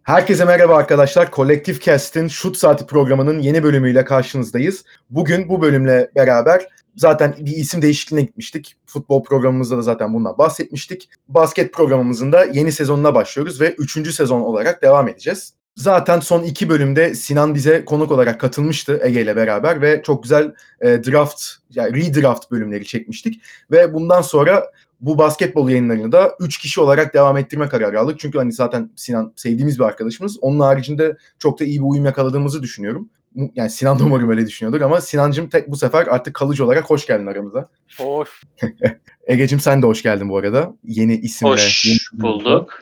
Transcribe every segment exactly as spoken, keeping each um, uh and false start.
Herkese merhaba arkadaşlar. Kolektif Cast'in Şut Saati programının yeni bölümüyle karşınızdayız. Bugün bu bölümle beraber zaten bir isim değişikliğine gitmiştik. Futbol programımızda da zaten bundan bahsetmiştik. Basket programımızın da yeni sezonuna başlıyoruz ve üçüncü sezon olarak devam edeceğiz. Zaten son iki bölümde Sinan bize konuk olarak katılmıştı Ege ile beraber ve çok güzel e, draft, yani redraft bölümleri çekmiştik. Ve bundan sonra bu basketbol yayınlarını da üç kişi olarak devam ettirme kararı aldık. Çünkü hani zaten Sinan sevdiğimiz bir arkadaşımız. Onun haricinde çok da iyi bir uyum yakaladığımızı düşünüyorum. Yani Sinan da umarım öyle düşünüyordur ama Sinancığım tek bu sefer artık kalıcı olarak hoş geldin aramıza. Hoş. Egeciğim sen de hoş geldin bu arada. Yeni isimle. Hoş yeni bulduk.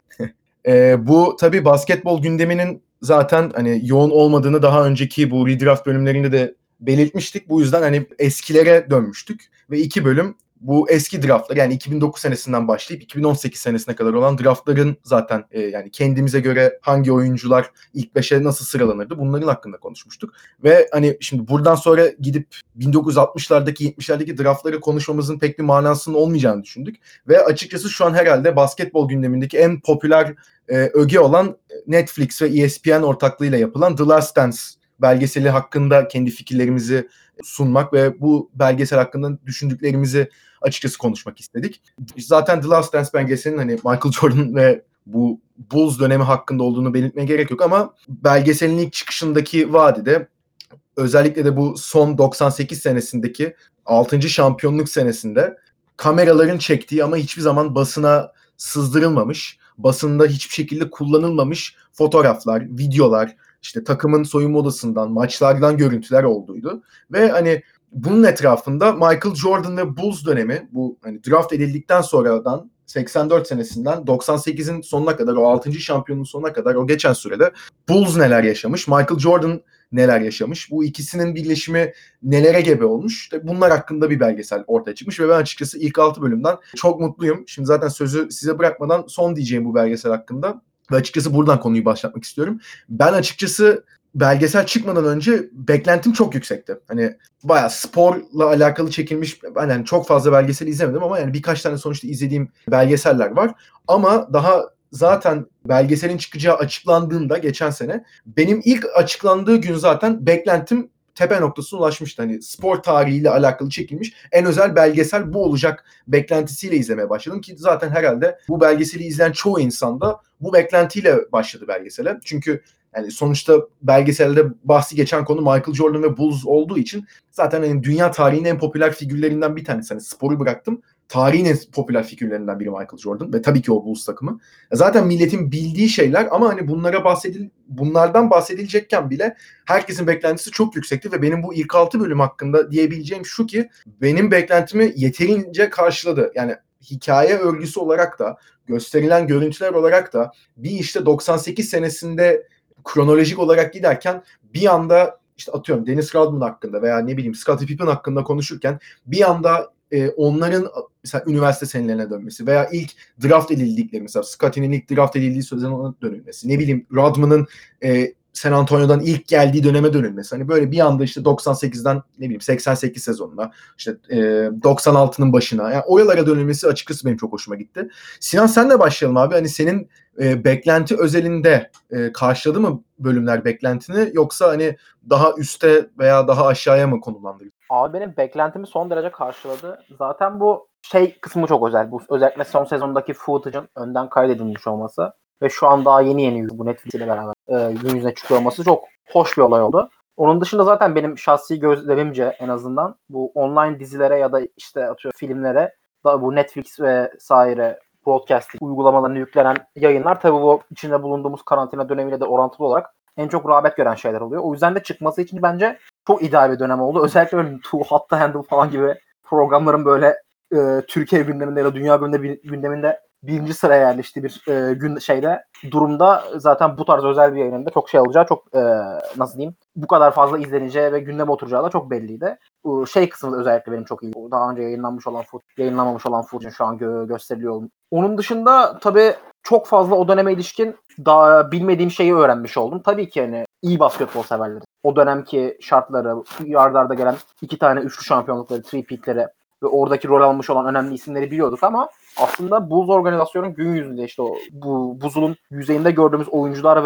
Ee, bu tabii basketbol gündeminin zaten hani yoğun olmadığını daha önceki bu redraft bölümlerinde de belirtmiştik. Bu yüzden hani eskilere dönmüştük ve iki bölüm bu eski draftlar, yani iki bin dokuz senesinden başlayıp iki bin on sekiz senesine kadar olan draftların zaten e, yani kendimize göre hangi oyuncular ilk beşe nasıl sıralanırdı bunların hakkında konuşmuştuk. Ve hani şimdi buradan sonra gidip bin dokuz yüz altmışlardaki yetmişlerdeki draftları konuşmamızın pek bir manasının olmayacağını düşündük. Ve açıkçası şu an herhalde basketbol gündemindeki en popüler e, öge olan Netflix ve E S P N ortaklığıyla yapılan The Last Dance belgeseli hakkında kendi fikirlerimizi sunmak ve bu belgesel hakkında düşündüklerimizi açıkçası konuşmak istedik. Zaten The Last Dance belgeselinin hani Michael Jordan ve bu Bulls dönemi hakkında olduğunu belirtmeye gerek yok ama belgeselin ilk çıkışındaki vadide özellikle de bu son doksan sekiz senesindeki altıncı şampiyonluk senesinde kameraların çektiği ama hiçbir zaman basına sızdırılmamış, basında hiçbir şekilde kullanılmamış fotoğraflar, videolar, işte takımın soyunma odasından, maçlardan görüntüler olduğuydu. Ve hani bunun etrafında Michael Jordan ve Bulls dönemi, bu hani draft edildikten sonradan seksen dört senesinden doksan sekizin sonuna kadar, o altıncı şampiyonluğun sonuna kadar o geçen sürede Bulls neler yaşamış, Michael Jordan neler yaşamış, bu ikisinin birleşimi nelere gebe olmuş, İşte bunlar hakkında bir belgesel ortaya çıkmış ve ben açıkçası ilk altı bölümden çok mutluyum. Şimdi zaten sözü size bırakmadan son diyeceğim bu belgesel hakkında ve açıkçası buradan konuyu başlatmak istiyorum. Ben açıkçası belgesel çıkmadan önce beklentim çok yüksekti. Hani bayağı sporla alakalı çekilmiş, ben yani çok fazla belgesel izlemedim ama yani birkaç tane sonuçta izlediğim belgeseller var. Ama daha zaten belgeselin çıkacağı açıklandığında geçen sene, benim ilk açıklandığı gün zaten beklentim tepe noktasına ulaşmıştı. Hani spor tarihiyle alakalı çekilmiş en özel belgesel bu olacak beklentisiyle izlemeye başladım ki zaten herhalde bu belgeseli izleyen çoğu insan da bu beklentiyle başladı belgesele. Çünkü yani sonuçta belgeselde bahsi geçen konu Michael Jordan ve Bulls olduğu için zaten hani dünya tarihinin en popüler figürlerinden bir tanesi. Hani sporu bıraktım. Tarihin en popüler figürlerinden biri Michael Jordan ve tabii ki o Bulls takımı. Zaten milletin bildiği şeyler ama hani bunlara bahsedil bunlardan bahsedilecekken bile herkesin beklentisi çok yüksekti ve benim bu ilk altı bölüm hakkında diyebileceğim şu ki benim beklentimi yeterince karşıladı. Yani hikaye örgüsü olarak da, gösterilen görüntüler olarak da bir işte doksan sekiz senesinde kronolojik olarak giderken bir anda işte atıyorum Dennis Rodman hakkında veya ne bileyim Scottie Pippen hakkında konuşurken bir anda e, onların mesela üniversite senelerine dönmesi veya ilk draft edildikleri, mesela Scottie'nin ilk draft edildiği sezona dönülmesi, ne bileyim Rodman'ın e, San Antonio'dan ilk geldiği döneme dönülmesi. Hani böyle bir anda işte doksan sekizden ne bileyim seksen sekiz sezonuna, işte e, doksan altının başına, yani oralara dönülmesi açıkçası benim çok hoşuma gitti. Sinan senle başlayalım abi. Hani senin e, beklenti özelinde e, karşıladı mı bölümler beklentini, yoksa hani daha üste veya daha aşağıya mı konumlandırdı? Abi benim beklentimi son derece karşıladı. Zaten bu şey kısmı çok özel. Bu özellikle son sezondaki footage'ın önden kaydedilmiş olması ve şu an daha yeni yeni bu Netflix ile beraber e, gün yüzüne çıkıyor olması çok hoş bir olay oldu. Onun dışında zaten benim şahsi gözlemimce en azından bu online dizilere ya da işte atıyor filmlere da bu Netflix ve saire broadcasting uygulamalarına yüklenen yayınlar tabii bu içinde bulunduğumuz karantina dönemiyle de orantılı olarak en çok rağbet gören şeyler oluyor. O yüzden de çıkması için bence çok ideal bir dönem oldu. Özellikle böyle Too Hot to Handle falan gibi programların böyle e, Türkiye gündeminde ya da dünya gündeminde birinci sıraya yerleştiği bir e, gün şeyde durumda zaten bu tarz özel bir yayında çok şey olacağı çok e, nasıl diyeyim bu kadar fazla izleneceği ve gündeme oturacağı da çok belliydi. Bu şey kısmı özellikle benim çok iyi. Daha önce yayınlanmış olan foot, yayınlanmamış olan footage şu an gö- gösteriliyor. Onun dışında tabii çok fazla o döneme ilişkin daha bilmediğim şeyi öğrenmiş oldum. Tabii ki hani iyi basketbol severleri. O dönemki şartları, yardarda gelen iki tane üçlü şampiyonlukları, three-peat'leri ve oradaki rol almış olan önemli isimleri biliyorduk ama aslında Bulls organizasyonun gün yüzünde işte o bu buzulun yüzeyinde gördüğümüz oyuncular ve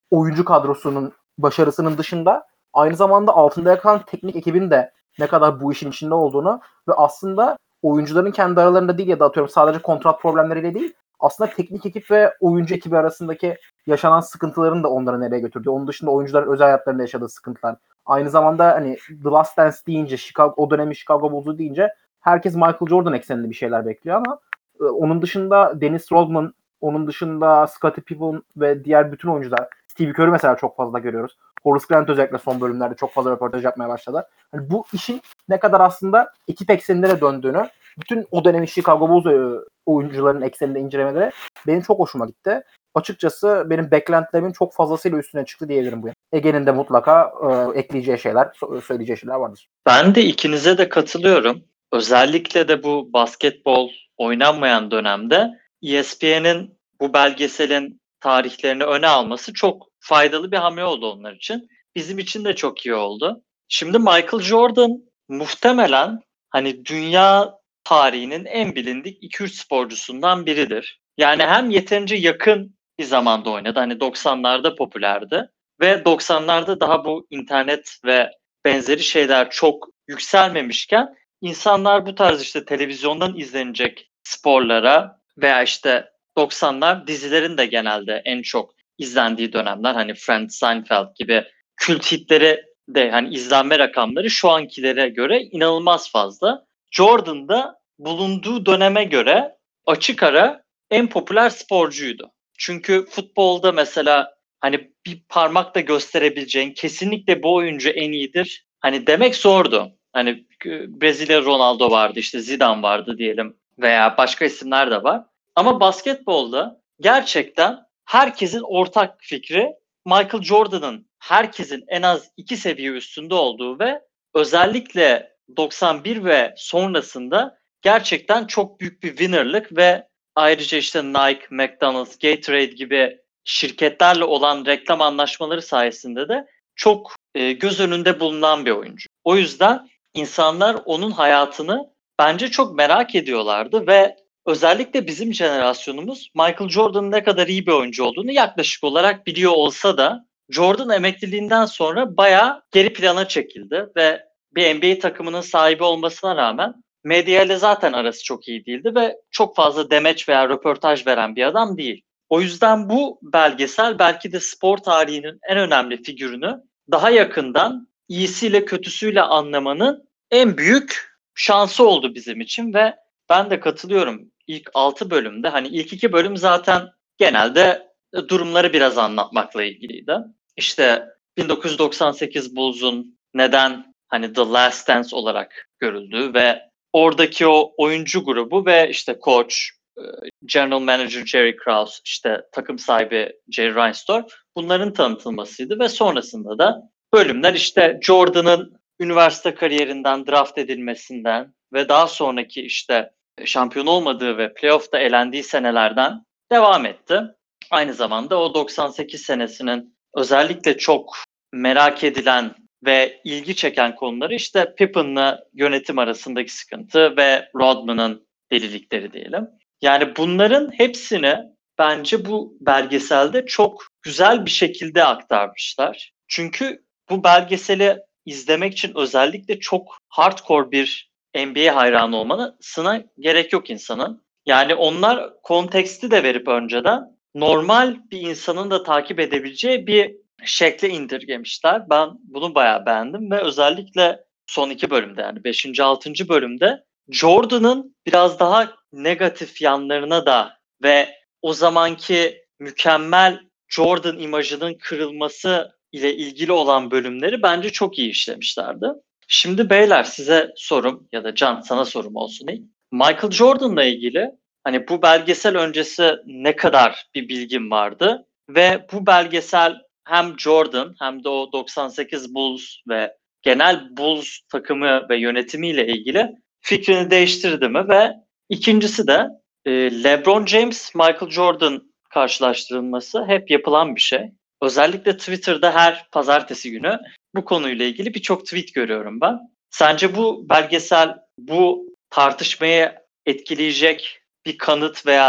oyuncu kadrosunun başarısının dışında aynı zamanda altında yatan teknik ekibin de ne kadar bu işin içinde olduğunu ve aslında oyuncuların kendi aralarında değil ya da atıyorum sadece kontrat problemleriyle değil, aslında teknik ekip ve oyuncu ekibi arasındaki yaşanan sıkıntıların da onları nereye götürdüğü. Onun dışında oyuncuların özel hayatlarında yaşadığı sıkıntılar. Aynı zamanda hani The Last Dance deyince, Chicago, o dönemi Chicago Bulls'u deyince herkes Michael Jordan ekseninde bir şeyler bekliyor ama e, onun dışında Dennis Rodman, onun dışında Scottie Pippen ve diğer bütün oyuncular, Steve Kerr'ü mesela çok fazla görüyoruz. Horace Grant özellikle son bölümlerde çok fazla röportaj yapmaya başladı. Yani bu işin ne kadar aslında ekip ekseninde de döndüğünü, bütün o dönemin Chicago Bulls oyuncuların ekseninde incelemeleri benim çok hoşuma gitti. Açıkçası benim beklentilerimin çok fazlasıyla üstüne çıktı diyebilirim bu yana. Ege'nin de mutlaka e, ekleyeceği şeyler, söyleyeceği şeyler vardır. Ben de ikinize de katılıyorum. Özellikle de bu basketbol oynanmayan dönemde E S P N'in bu belgeselin tarihlerini öne alması çok faydalı bir hamle oldu onlar için. Bizim için de çok iyi oldu. Şimdi Michael Jordan muhtemelen hani dünya tarihinin en bilindik iki üç sporcusundan biridir. Yani hem yeterince yakın bir zamanda oynadı. Hani doksanlarda popülerdi ve doksanlarda daha bu internet ve benzeri şeyler çok yükselmemişken insanlar bu tarz işte televizyondan izlenecek sporlara veya işte doksanlar dizilerin de genelde en çok izlendiği dönemler, hani Friends, Seinfeld gibi kült hitleri de hani izlenme rakamları şu ankilere göre inanılmaz fazla. Jordan da bulunduğu döneme göre açık ara en popüler sporcuydu. Çünkü futbolda mesela hani bir parmakla gösterebileceğin kesinlikle bu oyuncu en iyidir hani demek zordu. Hani Brezilya Ronaldo vardı, işte Zidane vardı diyelim veya başka isimler de var. Ama basketbolda gerçekten herkesin ortak fikri Michael Jordan'ın herkesin en az iki seviye üstünde olduğu ve özellikle doksan bir ve sonrasında gerçekten çok büyük bir winner'lık ve ayrıca işte Nike, McDonald's, Gatorade gibi şirketlerle olan reklam anlaşmaları sayesinde de çok e, göz önünde bulunan bir oyuncu. O yüzden insanlar onun hayatını bence çok merak ediyorlardı ve özellikle bizim jenerasyonumuz Michael Jordan'ın ne kadar iyi bir oyuncu olduğunu yaklaşık olarak biliyor olsa da Jordan emekliliğinden sonra bayağı geri plana çekildi ve bir N B A takımının sahibi olmasına rağmen medyayla zaten arası çok iyi değildi ve çok fazla demeç veya röportaj veren bir adam değil. O yüzden bu belgesel belki de spor tarihinin en önemli figürünü daha yakından iyisiyle kötüsüyle anlamanın en büyük şansı oldu bizim için ve ben de katılıyorum. İlk altı bölümde hani ilk iki bölüm zaten genelde durumları biraz anlatmakla ilgiliydi. İşte bin dokuz yüz doksan sekiz Bulls'un neden hani The Last Dance olarak görüldüğü ve oradaki o oyuncu grubu ve işte coach, General Manager Jerry Krause, işte takım sahibi Jerry Reinsdorf, bunların tanıtılmasıydı ve sonrasında da bölümler işte Jordan'ın üniversite kariyerinden draft edilmesinden ve daha sonraki işte şampiyon olmadığı ve playoff'ta elendiği senelerden devam etti. Aynı zamanda o doksan sekiz senesinin özellikle çok merak edilen ve ilgi çeken konuları işte Pippen'la yönetim arasındaki sıkıntı ve Rodman'ın delilikleri diyelim. Yani bunların hepsini bence bu belgeselde çok güzel bir şekilde aktarmışlar. Çünkü bu belgeseli izlemek için özellikle çok hardcore bir N B A hayranı olmasına gerek yok insanın. Yani onlar konteksti de verip önceden normal bir insanın da takip edebileceği bir şekle indirgemişler. Ben bunu bayağı beğendim ve özellikle son iki bölümde yani beşinci altıncı bölümde Jordan'ın biraz daha negatif yanlarına da ve o zamanki mükemmel Jordan imajının kırılması ile ilgili olan bölümleri bence çok iyi işlemişlerdi. Şimdi beyler size sorum ya da Can sana sorum olsun ilk. Michael Jordan'la ilgili hani bu belgesel öncesi ne kadar bir bilgin vardı ve bu belgesel hem Jordan hem de o doksan sekiz Bulls ve genel Bulls takımı ve yönetimiyle ilgili fikrini değiştirdi mi? Ve ikincisi de LeBron James, Michael Jordan karşılaştırılması hep yapılan bir şey. Özellikle Twitter'da her pazartesi günü bu konuyla ilgili birçok tweet görüyorum ben. Sence bu belgesel bu tartışmayı etkileyecek bir kanıt veya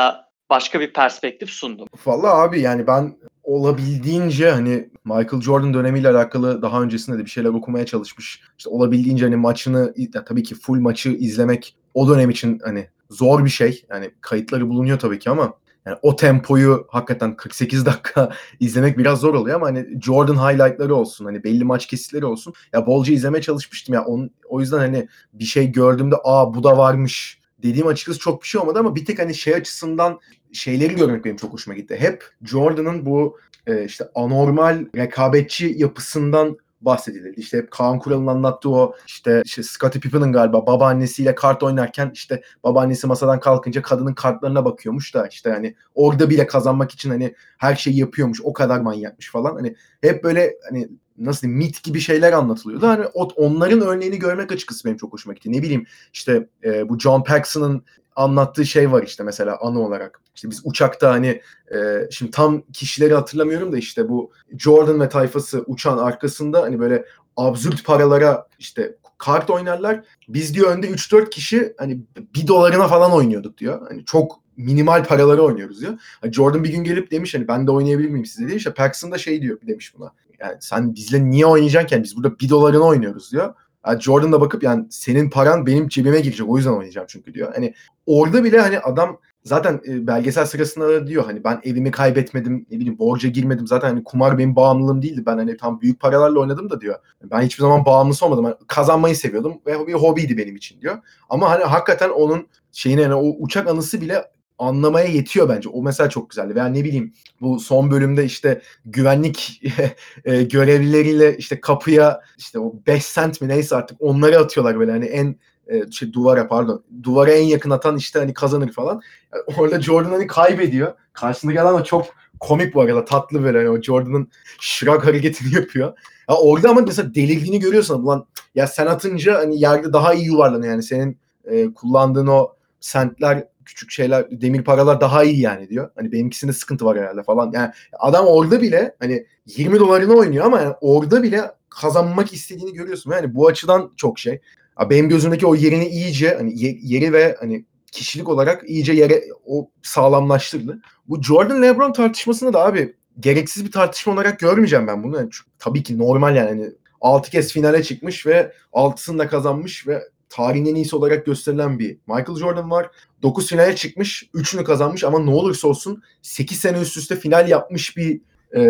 başka bir perspektif sundu. Vallahi abi yani ben olabildiğince hani Michael Jordan dönemiyle alakalı daha öncesinde de bir şeyler okumaya çalışmış. İşte olabildiğince hani maçını, ya tabii ki full maçı izlemek o dönem için hani zor bir şey. Yani kayıtları bulunuyor tabii ki ama yani o tempoyu hakikaten kırk sekiz dakika izlemek biraz zor oluyor ama hani Jordan highlight'ları olsun, hani belli maç kesitleri olsun. Ya bolca izlemeye çalışmıştım ya. Onun, o yüzden hani bir şey gördüğümde aa bu da varmış dediğim açıkçası çok bir şey olmadı ama bir tek hani şey açısından şeyleri görmek benim çok hoşuma gitti. Hep Jordan'ın bu e, işte anormal rekabetçi yapısından bahsedilirdi. İşte hep Kaan Kural'ın anlattığı o işte, işte Scottie Pippen'ın galiba babaannesiyle kart oynarken işte babaannesi masadan kalkınca kadının kartlarına bakıyormuş da işte hani orada bile kazanmak için hani her şeyi yapıyormuş. O kadar manyakmış falan. Hani hep böyle hani nasıl diyeyim mit gibi şeyler anlatılıyordu. Hani onların örneğini görmek açıkçası benim çok hoşuma gitti. Ne bileyim işte e, bu John Paxson'ın anlattığı şey var işte mesela anı olarak. İşte biz uçakta hani e, şimdi tam kişileri hatırlamıyorum da işte bu Jordan ve tayfası uçağın arkasında hani böyle absürt paralara işte kart oynarlar. Biz diyor önde üç dört kişi hani bir dolarına falan oynuyorduk diyor. Hani çok minimal paraları oynuyoruz diyor. Hani Jordan bir gün gelip demiş hani ben de oynayabilir miyim size diye. İşte Paxson da şey diyor demiş buna. Yani sen bizle niye oynayacaksın? Biz burada bir dolarına oynuyoruz diyor. Yani Jordan da bakıp yani senin paran benim cebime girecek o yüzden oynayacağım çünkü diyor. Hani orada bile hani adam zaten e, belgesel sırasında da diyor hani ben evimi kaybetmedim, ne bileyim borca girmedim. Zaten hani kumar benim bağımlılığım değildi. Ben hani tam büyük paralarla oynadım da diyor. Ben hiçbir zaman bağımlısı olmadım. Yani kazanmayı seviyordum ve bir hobiydi benim için diyor. Ama hani hakikaten onun şeyine yani o uçak anısı bile anlamaya yetiyor bence. O mesela çok güzeldi. Veya ne bileyim bu son bölümde işte güvenlik e, görevlileriyle işte kapıya işte o beş sent mi neyse artık onları atıyorlar böyle hani en e, şey duvara pardon duvara en yakın atan işte hani kazanır falan. Yani orada Jordan hani kaybediyor. Karşısındaki adam da çok komik bu arada tatlı böyle hani o Jordan'ın şırak hareketini yapıyor. Ya orada ama mesela delirdiğini görüyorsun. Ulan ya sen atınca hani yerde daha iyi yuvarlanıyor yani senin e, kullandığın o sentler küçük şeyler demir paralar daha iyi yani diyor. Hani benimkisinde sıkıntı var herhalde falan. Yani adam orada bile hani yirmi dolarını oynuyor ama yani orada bile kazanmak istediğini görüyorsun. Yani bu açıdan çok şey. Benim gözümdeki o yerini iyice hani yeri ve hani kişilik olarak iyice yere o sağlamlaştırdı. Bu Jordan LeBron tartışmasını da abi gereksiz bir tartışma olarak görmeyeceğim ben bunu. Yani çünkü, tabii ki normal yani hani altı kez finale çıkmış ve altısını da kazanmış ve tarihin en iyisi olarak gösterilen bir Michael Jordan var. dokuz finale çıkmış, üçünü kazanmış ama ne olursa olsun sekiz sene üst üste final yapmış bir e,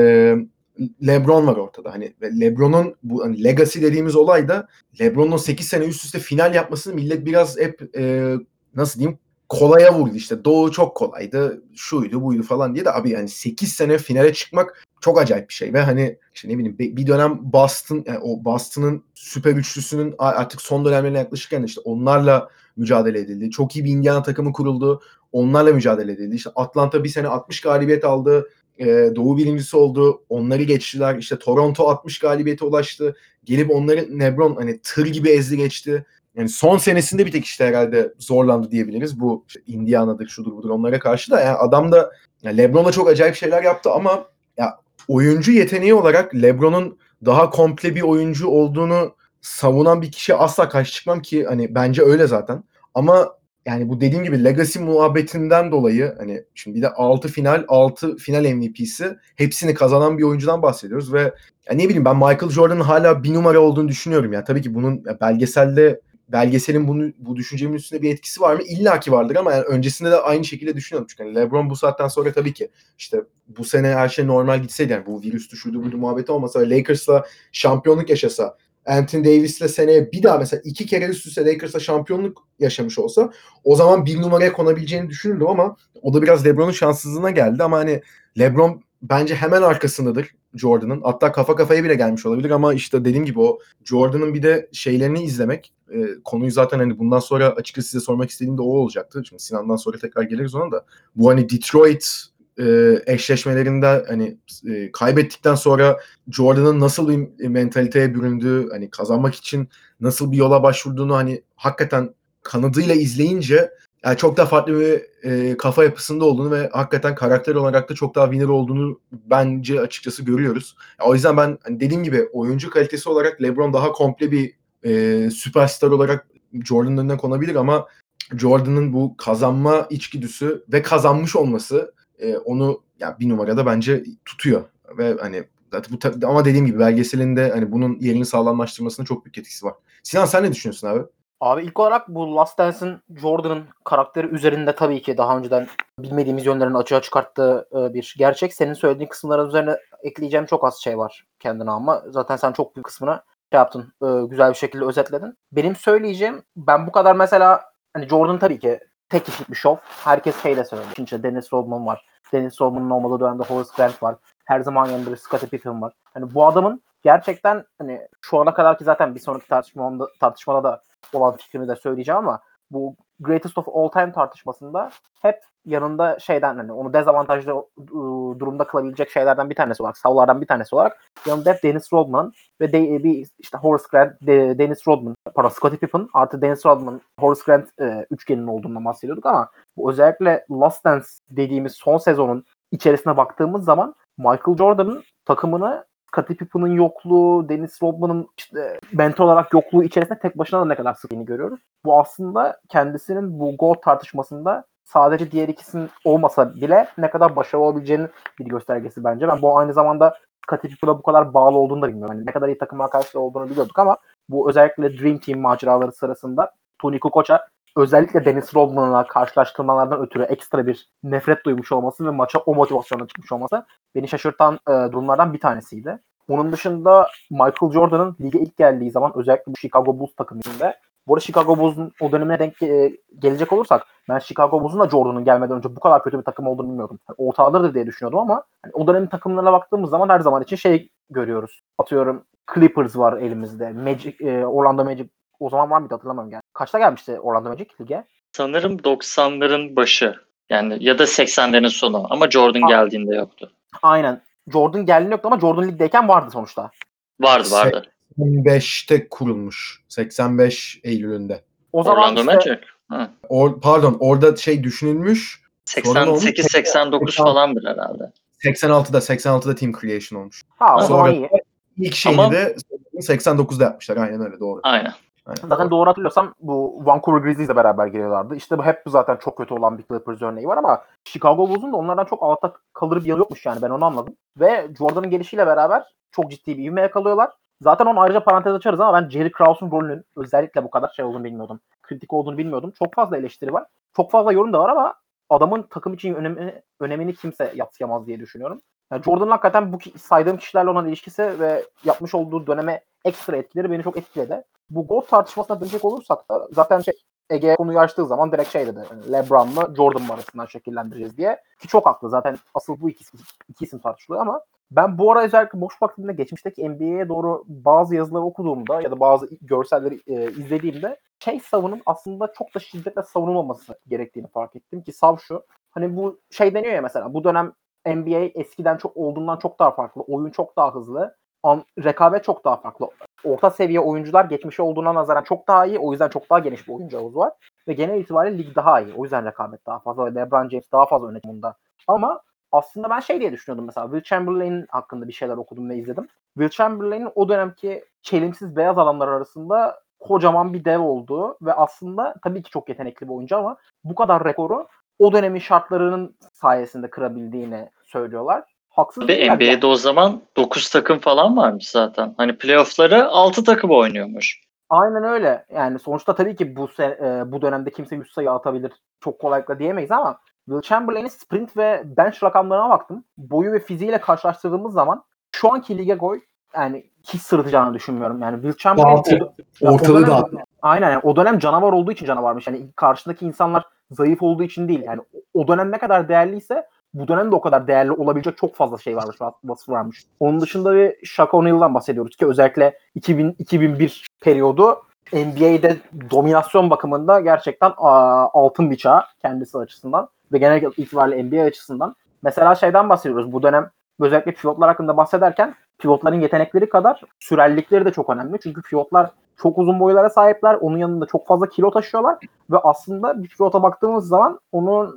LeBron var ortada. Hani LeBron'un bu hani legacy dediğimiz olay da LeBron'un sekiz sene üst üste final yapmasını millet biraz hep e, nasıl diyeyim kolaya vurdu işte. Doğu çok kolaydı, şuydu buydu falan diye de abi yani sekiz sene finale çıkmak çok acayip bir şey ve hani işte ne bileyim bir dönem Boston yani o Boston'ın süper üçlüsünün artık son dönemlerine yaklaşırken işte onlarla mücadele edildi. Çok iyi bir Indiana takımı kuruldu. Onlarla mücadele edildi. İşte Atlanta bir sene altmış galibiyet aldı. Ee, Doğu birincisi oldu. Onları geçtiler. İşte Toronto altmış galibiyete ulaştı. Gelip onları LeBron hani tır gibi ezdi geçti. Yani son senesinde bir tek işte herhalde zorlandı diyebiliriz. Bu işte Indiana'dır, şudur budur onlara karşı da yani adam da yani LeBron'a çok acayip şeyler yaptı ama ya oyuncu yeteneği olarak LeBron'un daha komple bir oyuncu olduğunu savunan bir kişi asla karşı çıkmam ki hani bence öyle zaten. Ama yani bu dediğim gibi legacy muhabbetinden dolayı hani şimdi bir de altı final altı final M V P'si hepsini kazanan bir oyuncudan bahsediyoruz ve ya ne bileyim ben Michael Jordan'ın hala bir numara olduğunu düşünüyorum ya. Tabii ki bunun ya belgeselde belgeselin bunu bu düşüncemin üstünde bir etkisi var mı? İlla ki vardır ama yani öncesinde de aynı şekilde düşünüyorum. Çünkü yani LeBron bu saatten sonra tabii ki işte bu sene her şey normal gitseydi yani bu virüs düşürdü buydu muhabbeti olmasa ve Lakers'la şampiyonluk yaşasa Anthony Davis'le seneye bir daha mesela iki kere üst üste Lakers'la şampiyonluk yaşamış olsa o zaman bir numaraya konabileceğini düşünürdüm ama o da biraz LeBron'un şanssızlığına geldi ama hani LeBron bence hemen arkasındadır Jordan'ın. Hatta kafa kafaya bile gelmiş olabilir ama işte dediğim gibi o Jordan'ın bir de şeylerini izlemek e, konuyu zaten hani bundan sonra açıkçası size sormak istediğim de o olacaktı. Şimdi Sinan'dan sonra tekrar geliriz ona da. Bu hani Detroit e, eşleşmelerinde hani e, kaybettikten sonra Jordan'ın nasıl bir mentaliteye büründüğü, hani kazanmak için nasıl bir yola başvurduğunu hani hakikaten kanadıyla izleyince yani çok daha farklı bir e, kafa yapısında olduğunu ve hakikaten karakter olarak da çok daha winner olduğunu bence açıkçası görüyoruz. O yüzden ben hani dediğim gibi oyuncu kalitesi olarak LeBron daha komple bir e, süperstar olarak Jordan'ın önüne konabilir ama Jordan'ın bu kazanma içgüdüsü ve kazanmış olması e, onu yani bir numarada bence tutuyor. Ve hani zaten bu ama dediğim gibi belgeselinde hani bunun yerini sağlamlaştırmasına çok büyük etkisi var. Sinan sen ne düşünüyorsun abi? Abi ilk olarak bu Last Dance'in Jordan'ın karakteri üzerinde tabii ki daha önceden bilmediğimiz yönlerini açığa çıkarttığı bir gerçek. Senin söylediğin kısımların üzerine ekleyeceğim çok az şey var kendine ama zaten sen çok büyük kısmını şey yaptın, güzel bir şekilde özetledin. Benim söyleyeceğim, ben bu kadar mesela hani Jordan tabii ki tek kişilik bir şov. Herkes şeyle söylüyor. Şimdi Dennis Rodman var. Dennis Rodman'ın olmadığı dönemde Horace Grant var. Her zaman yanında bir Scottie Pippen var. Hani bu adamın gerçekten hani şu ana kadar ki zaten bir sonraki tartışmada, tartışmada da olan fikrimi de söyleyeceğim ama bu Greatest of All Time tartışmasında hep yanında şeyden hani onu dezavantajlı ıı, durumda kılabilecek şeylerden bir tanesi olarak, savlardan bir tanesi olarak yanında hep Dennis Rodman ve de, bir işte Horace Grant, de, Dennis Rodman, pardon Scottie Pippen artı Dennis Rodman, Horace Grant e, üçgeninin olduğundan bahsediyorduk ama bu özellikle Last Dance dediğimiz son sezonun içerisine baktığımız zaman Michael Jordan'ın takımını Scottie Pippen'ın yokluğu, Dennis Rodman'ın işte mentor olarak yokluğu içerisinde tek başına da ne kadar sıkıldığını görüyoruz. Bu aslında kendisinin bu GOAT tartışmasında sadece diğer ikisinin olmasa bile ne kadar başarılı olabileceğinin bir göstergesi bence. Ben bu aynı zamanda Scottie Pippen'a bu kadar bağlı olduğunu da bilmiyorum. Yani ne kadar iyi takım arkadaşları olduğunu biliyorduk ama bu özellikle Dream Team maceraları sırasında Tony Kukoç'a özellikle Dennis Rodman'la karşılaştırmalardan ötürü ekstra bir nefret duymuş olması ve maça o motivasyonla çıkmış olması beni şaşırtan e, durumlardan bir tanesiydi. Onun dışında Michael Jordan'ın lige ilk geldiği zaman özellikle bu Chicago Bulls takımında, bu arada Chicago Bulls'un o dönemine denk e, gelecek olursak ben Chicago Bulls'un da Jordan'ın gelmeden önce bu kadar kötü bir takım olduğunu bilmiyordum. Yani ortağıdır diye düşünüyordum ama yani o dönemin takımlarına baktığımız zaman her zaman için şey görüyoruz. Atıyorum Clippers var elimizde. Magic, e, Orlando Magic o zaman var mıydı hatırlamıyorum yani. Kaçta gelmişti Orlando Magic lige? Sanırım doksanların başı. Yani ya da seksenlerin sonu ama Jordan A- geldiğinde yoktu. Aynen. Jordan geldiğinde yoktu ama Jordan ligdeyken vardı sonuçta. Vardı vardı. seksen beşte kurulmuş. seksen beş Eylül'ünde. O zaman Orlando işte Magic. Ha. Or, pardon orada şey düşünülmüş. Sonra ne olmuş? seksen sekiz seksen dokuz falandır herhalde. seksen altıda seksen altıda Team Creation olmuş. ha o Ha. zaman Sonra iyi. ilk şeyini Ama- de seksen dokuzda yapmışlar. Aynen öyle doğru. Aynen. Aynen, Zaten doğru hatırlıyorsam bu Vancouver Grizzlies'le beraber geliyorlardı. İşte bu hep bu zaten çok kötü olan bir Clippers örneği var ama Chicago Bulls'un da onlardan çok altta kalır bir yanı yokmuş yani ben onu anladım. Ve Jordan'ın gelişiyle beraber çok ciddi bir ivme yakalıyorlar. Zaten onu ayrıca parantez açarız ama ben Jerry Krause'un rolünün özellikle bu kadar şey olduğunu bilmiyordum. Kritik olduğunu bilmiyordum. Çok fazla eleştiri var. Çok fazla yorum da var ama adamın takım için önemini, önemini kimse yadsıyamaz diye düşünüyorum. Yani Jordan'ın hakikaten bu saydığım kişilerle olan ilişkisi ve yapmış olduğu döneme ekstra etkileri beni çok etkiledi. Bu GOAT tartışmasına dönecek olursak da zaten şey, Ege konuyu açtığı zaman direkt şey dedi. LeBron'la Jordan arasından şekillendireceğiz diye. Ki çok haklı. Zaten asıl bu iki, iki isim tartışılıyor ama ben bu ara özellikle boş vaktimde geçmişteki N B A'ye doğru bazı yazıları okuduğumda ya da bazı görselleri e, izlediğimde şey savunun aslında çok da şiddetle savunulmaması gerektiğini fark ettim ki sav şu. Hani bu şey deniyor ya mesela bu dönem N B A eskiden çok olduğundan çok daha farklı. Oyun çok daha hızlı. An, rekabet çok daha farklı. Orta seviye oyuncular geçmişe olduğuna nazaran çok daha iyi. O yüzden çok daha geniş bir oyuncu havuzu var. Ve genel itibariyle lig daha iyi. O yüzden rekabet daha fazla ve LeBron James daha fazla öne bunda. Ama aslında ben şey diye düşünüyordum mesela. Will Chamberlain hakkında bir şeyler okudum ve izledim. Will Chamberlain'in o dönemki çelimsiz beyaz adamlar arasında kocaman bir dev olduğu ve aslında tabii ki çok yetenekli bir oyuncu ama bu kadar rekoru o dönemin şartlarının sayesinde kırabildiğini söylüyorlar. Haksız Ve değiller N B A'de yani. o zaman dokuz takım falan varmış zaten. Hani playoff'ları altı takım oynuyormuş. Aynen öyle. Yani sonuçta tabii ki bu se- e, bu dönemde kimse yüz sayı atabilir. Çok kolaylıkla diyemeyiz ama Will Chamberlain'in sprint ve bench rakamlarına baktım. Boyu ve fiziğiyle karşılaştırdığımız zaman şu anki lige koy yani hiç sırıtacağını düşünmüyorum. Yani Will Chamberlain Dağıtı, o, ya o ortalığı dönem, dağıtı. aynen yani o dönem canavar olduğu için canavarmış. Yani karşındaki insanlar zayıf olduğu için değil. Yani o dönem ne kadar değerliyse bu dönemde o kadar değerli olabilecek çok fazla şey varmış, vasfı varmış. Onun dışında bir Shaq O'Neal'dan bahsediyoruz ki özellikle iki bin iki bin bir periyodu N B A'de dominasyon bakımında gerçekten aa, altın bir çağ kendisi açısından ve genel itibariyle N B A açısından. Mesela şeyden bahsediyoruz. Bu dönem özellikle pivotlar hakkında bahsederken pivotların yetenekleri kadar sürerlilikleri de çok önemli. Çünkü pivotlar çok uzun boylara sahipler. Onun yanında çok fazla kilo taşıyorlar ve aslında bir pivota baktığımız zaman onun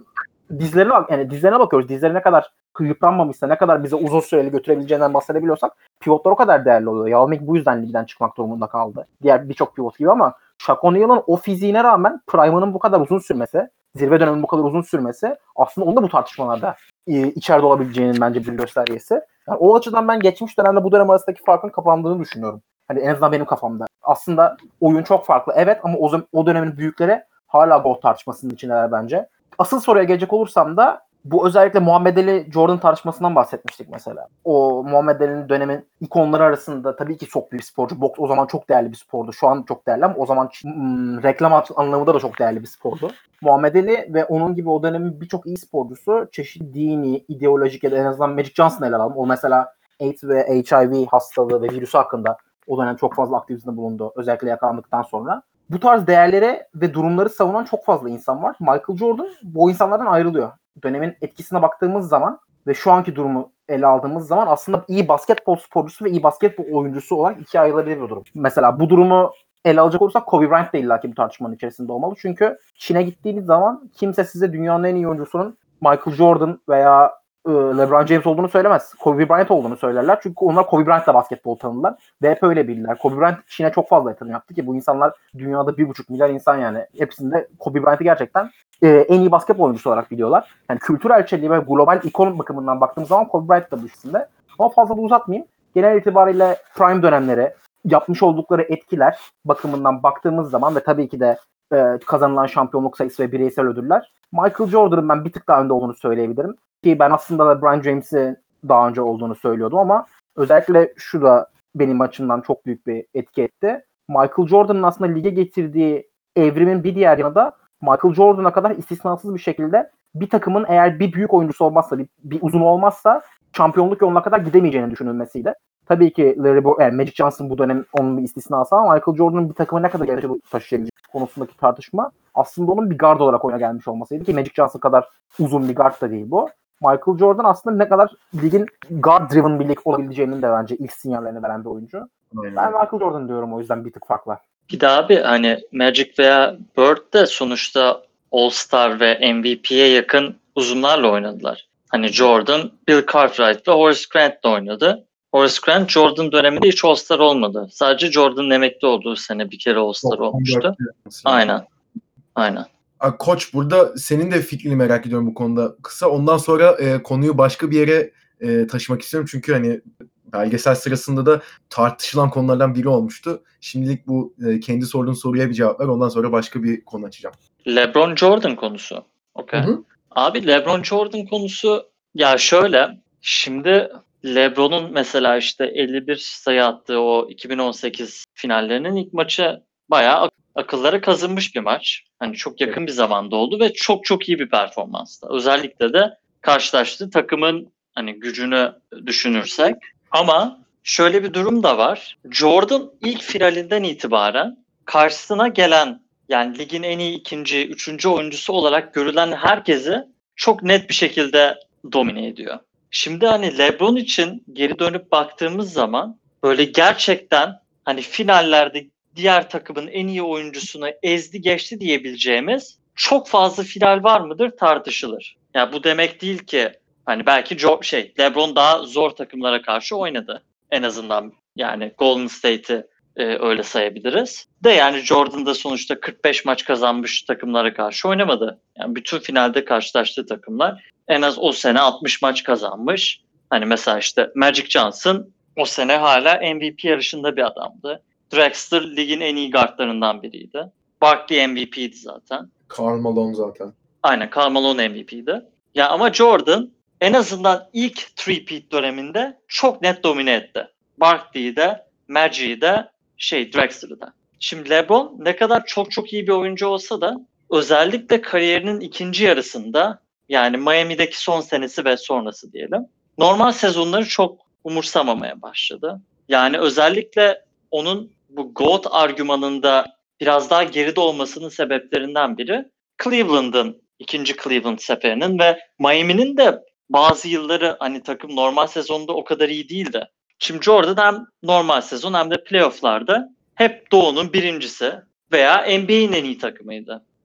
dizlerine bak, yani dizlerine bakıyoruz. Dizleri ne kadar yıpranmamışsa, ne kadar bize uzun süreli götürebileceğinden bahsedebiliyorsak pivotlar o kadar değerli oluyor. Yao Ming bu yüzden ligden çıkmak durumunda kaldı. Diğer birçok pivot gibi ama Shaq O'Neal'ın o fiziğine rağmen prime'ının bu kadar uzun sürmesi, zirve döneminin bu kadar uzun sürmesi aslında onu da bu tartışmalarda e, içeride olabileceğinin bence bir göstergesi. Yani o açıdan ben geçmiş dönemde bu dönem arasındaki farkın kapandığını düşünüyorum. Hani en azından benim kafamda. Aslında oyun çok farklı. Evet ama o, o dönemin büyükleri hala GOAT tartışmasının içindeler bence. Asıl soruya gelecek olursam da bu özellikle Muhammed Ali Jordan tartışmasından bahsetmiştik mesela. O Muhammed Ali'nin dönemin ikonları arasında tabii ki çok büyük sporcu. Boks o zaman çok değerli bir spordu. Şu an çok değerli ama o zaman hmm, reklam anlamında da çok değerli bir spordu. Muhammed Ali ve onun gibi o dönemin birçok iyi sporcusu çeşitli dini, ideolojik ya da en azından Magic Johnson'ı ele alalım. O mesela AIDS ve H I V hastalığı ve virüsü hakkında o dönem çok fazla aktivizmde bulundu. Özellikle yakalandıktan sonra. Bu tarz değerlere ve durumları savunan çok fazla insan var. Michael Jordan bu insanlardan ayrılıyor. Dönemin etkisine baktığımız zaman ve şu anki durumu ele aldığımız zaman aslında iyi basketbol sporcusu ve iyi basketbol oyuncusu olarak ikiye ayrılabilir bir durum. Mesela bu durumu ele alacak olursak Kobe Bryant da illaki bu tartışmanın içerisinde olmalı. Çünkü Çin'e gittiğiniz zaman kimse size dünyanın en iyi oyuncusunun Michael Jordan veya LeBron James olduğunu söylemez. Kobe Bryant olduğunu söylerler. Çünkü onlar Kobe Bryant'la basketbol tanıdılar. Ve hep öyle bildiler. Kobe Bryant Çin'e çok fazla yatırım yaptı ki bu insanlar dünyada bir buçuk milyar insan yani. Hepsinde Kobe Bryant'ı gerçekten e, en iyi basketbol oyuncusu olarak biliyorlar. Yani kültür elçiliği ve global ikon bakımından baktığımız zaman Kobe Bryant da bu üstünde. Ama fazla da uzatmayayım. Genel itibariyle prime dönemleri, yapmış oldukları etkiler bakımından baktığımız zaman ve tabii ki de e, kazanılan şampiyonluk sayısı ve bireysel ödüller. Michael Jordan'ın ben bir tık daha önde olduğunu söyleyebilirim. Ki ben aslında LeBron James'i daha önce olduğunu söylüyordum ama özellikle şu da benim açımdan çok büyük bir etki etti. Michael Jordan'ın aslında lige getirdiği evrimin bir diğer yanı da Michael Jordan'a kadar istisnasız bir şekilde bir takımın eğer bir büyük oyuncusu olmazsa, bir, bir uzun olmazsa şampiyonluk yoluna kadar gidemeyeceğini düşünülmesiydi. Tabii ki Larry Bo- yani Magic Johnson bu dönem onun bir istisnası ama Michael Jordan'ın bir takımı ne kadar gelişe taşıyabileceği konusundaki tartışma aslında onun bir guard olarak oyuna gelmiş olmasıydı ki Magic Johnson kadar uzun bir guard da değil bu. Michael Jordan aslında ne kadar ligin guard-driven bir lig olabileceğinin de bence ilk sinyallerini veren bir oyuncu. Aynen. Ben Michael Jordan diyorum o yüzden bir tık farklı. Bir de abi hani Magic veya Bird de sonuçta All-Star ve M V P'ye yakın uzunlarla oynadılar. Hani Jordan, Bill Cartwright ve Horace Grant'la oynadı. Horace Grant Jordan döneminde hiç All-Star olmadı. Sadece Jordan'ın emekli olduğu sene bir kere All-Star olmuştu. Aynen. Aynen. Koç burada senin de fikrini merak ediyorum bu konuda kısa. Ondan sonra e, konuyu başka bir yere e, taşımak istiyorum. Çünkü hani belgesel sırasında da tartışılan konulardan biri olmuştu. Şimdilik bu e, kendi sorduğun soruya bir cevap ver. Ondan sonra başka bir konu açacağım. LeBron Jordan konusu. Okay. Abi LeBron Jordan konusu ya şöyle. Şimdi LeBron'un mesela işte elli bir sayı attığı o iki bin on sekiz finallerinin ilk maçı bayağı akıllara kazınmış bir maç. Hani çok yakın evet. bir zamanda oldu ve çok çok iyi bir performanstı. Özellikle de karşılaştığı takımın hani gücünü düşünürsek. Ama şöyle bir durum da var. Jordan ilk finalinden itibaren karşısına gelen yani ligin en iyi ikinci, üçüncü oyuncusu olarak görülen herkesi çok net bir şekilde domine ediyor. Şimdi hani LeBron için geri dönüp baktığımız zaman böyle gerçekten hani finallerde diğer takımın en iyi oyuncusunu ezdi geçti diyebileceğimiz çok fazla final var mıdır tartışılır. Yani bu demek değil ki hani belki jo- şey LeBron daha zor takımlara karşı oynadı. En azından yani Golden State'i e, öyle sayabiliriz. De yani Jordan da sonuçta kırk beş maç kazanmış takımlara karşı oynamadı. Yani bütün finalde karşılaştığı takımlar en az o sene altmış maç kazanmış. Hani mesela işte Magic Johnson o sene hala M V P yarışında bir adamdı. Drexler ligin en iyi guardlarından biriydi. Barkley M V P'ydi zaten. Karl Malone zaten. Aynen Karl Malone M V P'ydi. Ya ama Jordan en azından ilk three-peat döneminde çok net domine etti. Barkley'i de, Magic'i de, şey Drexler'ı da. Şimdi LeBron ne kadar çok çok iyi bir oyuncu olsa da özellikle kariyerinin ikinci yarısında yani Miami'deki son senesi ve sonrası diyelim. Normal sezonları çok umursamamaya başladı. Yani özellikle onun bu GOAT argümanında biraz daha geride olmasının sebeplerinden biri Cleveland'ın ikinci Cleveland seferinin ve Miami'nin de bazı yılları hani takım normal sezonda o kadar iyi değildi. Şimdi Jordan hem normal sezon hem de playoff'larda hep Doğu'nun birincisi veya N B A'in en iyi takımıydı.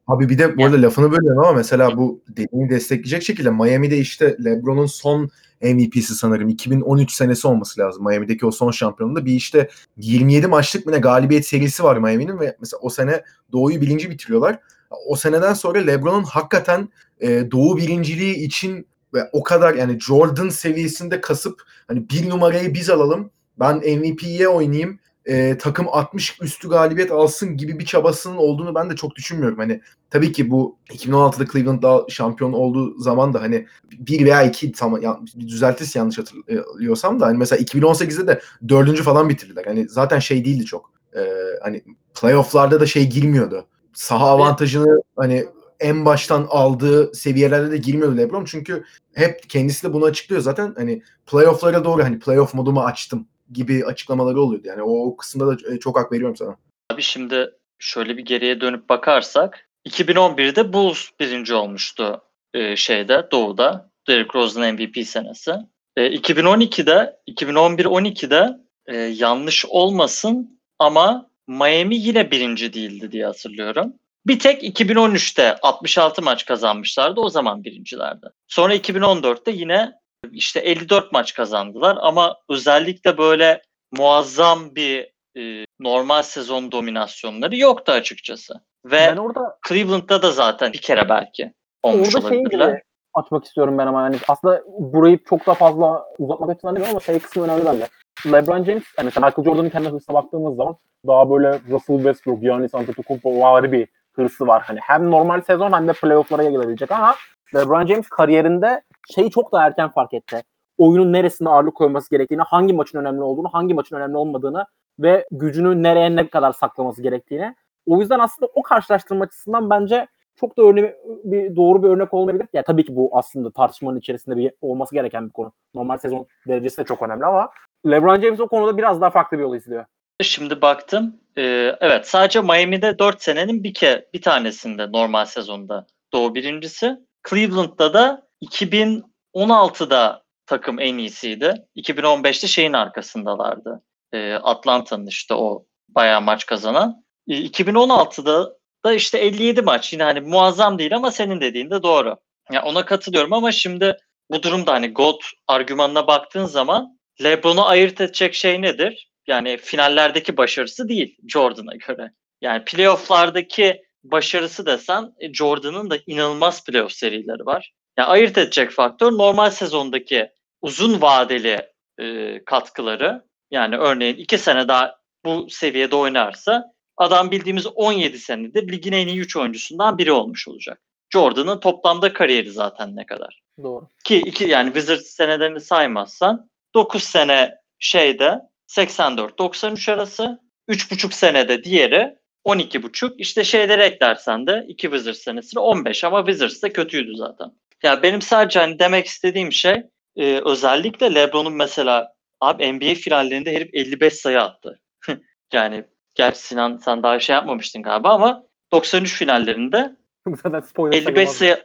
Abi bir de bu arada lafını bölüyorum ama mesela bu dediğini destekleyecek şekilde Miami'de işte LeBron'un son M V P'si sanırım iki bin on üç senesi olması lazım. Miami'deki o son şampiyonluğunda bir işte yirmi yedi maçlık mı ne galibiyet serisi var Miami'nin ve mesela o sene Doğu'yu birinci bitiriyorlar. O seneden sonra LeBron'un hakikaten e, Doğu birinciliği için ve o kadar yani Jordan seviyesinde kasıp hani bir numarayı biz alalım, ben M V P'ye oynayayım, e, takım altmış üstü galibiyet alsın gibi bir çabasının olduğunu ben de çok düşünmüyorum. Hani tabii ki bu iki bin on altıda Cleveland'da şampiyon olduğu zaman da hani bir veya iki tam ya, düzeltirse yanlış hatırlıyorsam da hani mesela iki bin on sekizde de dördüncü falan bitirdiler. Hani zaten şey değildi çok. E, hani playoff'larda da şey girmiyordu. Saha avantajını hani en baştan aldığı seviyelerde de girmiyordu LeBron. Çünkü hep kendisi de bunu açıklıyor zaten. Hani playoff'lara doğru hani playoff modumu açtım gibi açıklamaları oluyordu. Yani o, o kısımda da çok hak veriyorum sana. Abi şimdi şöyle bir geriye dönüp bakarsak iki bin on birde Bulls birinci olmuştu e, şeyde Doğu'da. Derrick Rose'un M V P senesi. E, iki bin on ikide iki bin on bir on ikide e, yanlış olmasın ama Miami yine birinci değildi diye hatırlıyorum. Bir tek iki bin on üçte altmış altı maç kazanmışlardı. O zaman birincilerdi. Sonra iki bin on dörtte yine işte elli dört maç kazandılar ama özellikle böyle muazzam bir e, normal sezon dominasyonları yoktu açıkçası. Ve Ben orada Cleveland'da da zaten bir kere belki olmuş orada şeyi olabilirler. de açmak istiyorum ben ama yani aslında burayı çok da fazla uzatmak açısından değil ama şey kısmı önemli bence. LeBron James, yani mesela Michael Jordan'ın kendi hırsına baktığımız zaman daha böyle Russell Westbrook, Giannis Antetokounmpo vari bir hırsı var. Hani hem normal sezon hem de playoff'lara gelebilecek ama LeBron James kariyerinde şeyi çok da erken fark etti. Oyunun neresinde ağırlık koyması gerektiğini, hangi maçın önemli olduğunu, hangi maçın önemli olmadığını ve gücünü nereye ne kadar saklaması gerektiğini. O yüzden aslında o karşılaştırma açısından bence çok da örne bir doğru bir örnek olmayabilir. Ya tabii ki bu aslında tartışmanın içerisinde bir olması gereken bir konu. Normal sezon derecesi de çok önemli ama LeBron James o konuda biraz daha farklı bir yol izliyor. Şimdi baktım. E, evet sadece Miami'de dört senenin bir ke bir tanesinde normal sezonda Doğu birincisi. Cleveland'da da iki bin on altıda takım en iyisiydi. iki bin on beşte şeyin arkasındalardı. E, Atlanta'nın işte o bayağı maç kazanan. E, iki bin on altıda da işte elli yedi maç. Yine hani muazzam değil ama senin dediğin de doğru. Ya ona katılıyorum ama şimdi bu durumda hani GOAT argümanına baktığın zaman LeBron'u ayırt edecek şey nedir? Yani finallerdeki başarısı değil Jordan'a göre. Yani playoff'lardaki başarısı desen Jordan'ın da inanılmaz playoff serileri var. Yani ayırt edecek faktör normal sezondaki uzun vadeli e, katkıları. Yani örneğin iki sene daha bu seviyede oynarsa adam bildiğimiz on yedi senedir ligin en iyi üç oyuncusundan biri olmuş olacak. Jordan'ın toplamda kariyeri zaten ne kadar? Doğru. Ki iki yani Wizards senelerini saymazsan dokuz sene şeyde seksen dört doksan üç arası, üç buçuk senede diğeri on iki buçuk. İşte şeyleri eklersen de iki Wizards senesine on beş ama Wizards da kötüydü zaten. Ya benim sadece hani demek istediğim şey e, özellikle LeBron'un mesela abi N B A finallerinde herif elli beş sayı attı. Yani gerçi Sinan sen daha şey yapmamıştın galiba ama doksan üç finallerinde Zaten spoiler elli beş sayılmaz.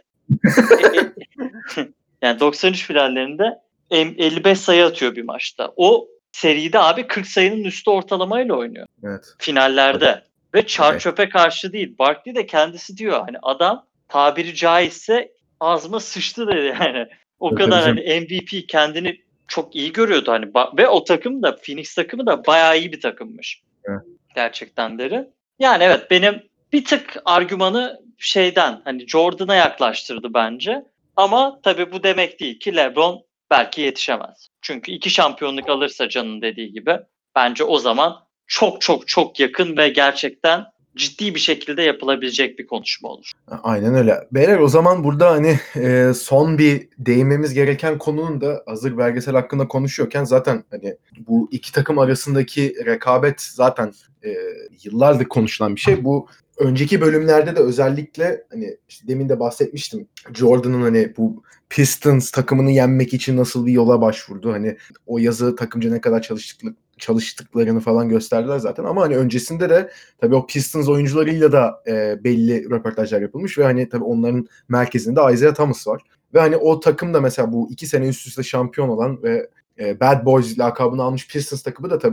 sayı yani doksan üç finallerinde elli beş sayı atıyor bir maçta. O seride abi kırk sayının üstü ortalamayla oynuyor. Evet. Finallerde. Ve çar Evet. çöpe karşı değil. Barkley de kendisi diyor hani adam tabiri caizse ağzıma sıçtı dedi yani. O Tabii kadar canım. hani M V P kendini çok iyi görüyordu hani ve o takım da Phoenix takımı da bayağı iyi bir takımmış. Evet. Gerçekten deri. Yani evet benim bir tık argümanı şeyden hani Jordan'a yaklaştırdı bence. Ama tabii bu demek değil ki LeBron belki yetişemez. Çünkü iki şampiyonluk alırsa Can'ın dediği gibi bence o zaman çok çok çok yakın ve gerçekten ciddi bir şekilde yapılabilecek bir konuşma olur. Aynen öyle. Beyler o zaman burada hani e, son bir değinmemiz gereken konunun da hazır belgesel hakkında konuşuyorken zaten hani bu iki takım arasındaki rekabet zaten e, yıllardır konuşulan bir şey. Bu önceki bölümlerde de özellikle hani işte demin de bahsetmiştim. Jordan'ın hani bu Pistons takımını yenmek için nasıl bir yola başvurdu. Hani o yazı takımca ne kadar çalıştıkları çalıştıklarını falan gösterdiler zaten ama hani öncesinde de tabii o Pistons oyuncularıyla da e, belli röportajlar yapılmış ve hani tabii onların merkezinde Isaiah Thomas var. Ve hani o takım da mesela bu iki sene üst üste şampiyon olan ve e, Bad Boys lakabını almış Pistons takımı da tabii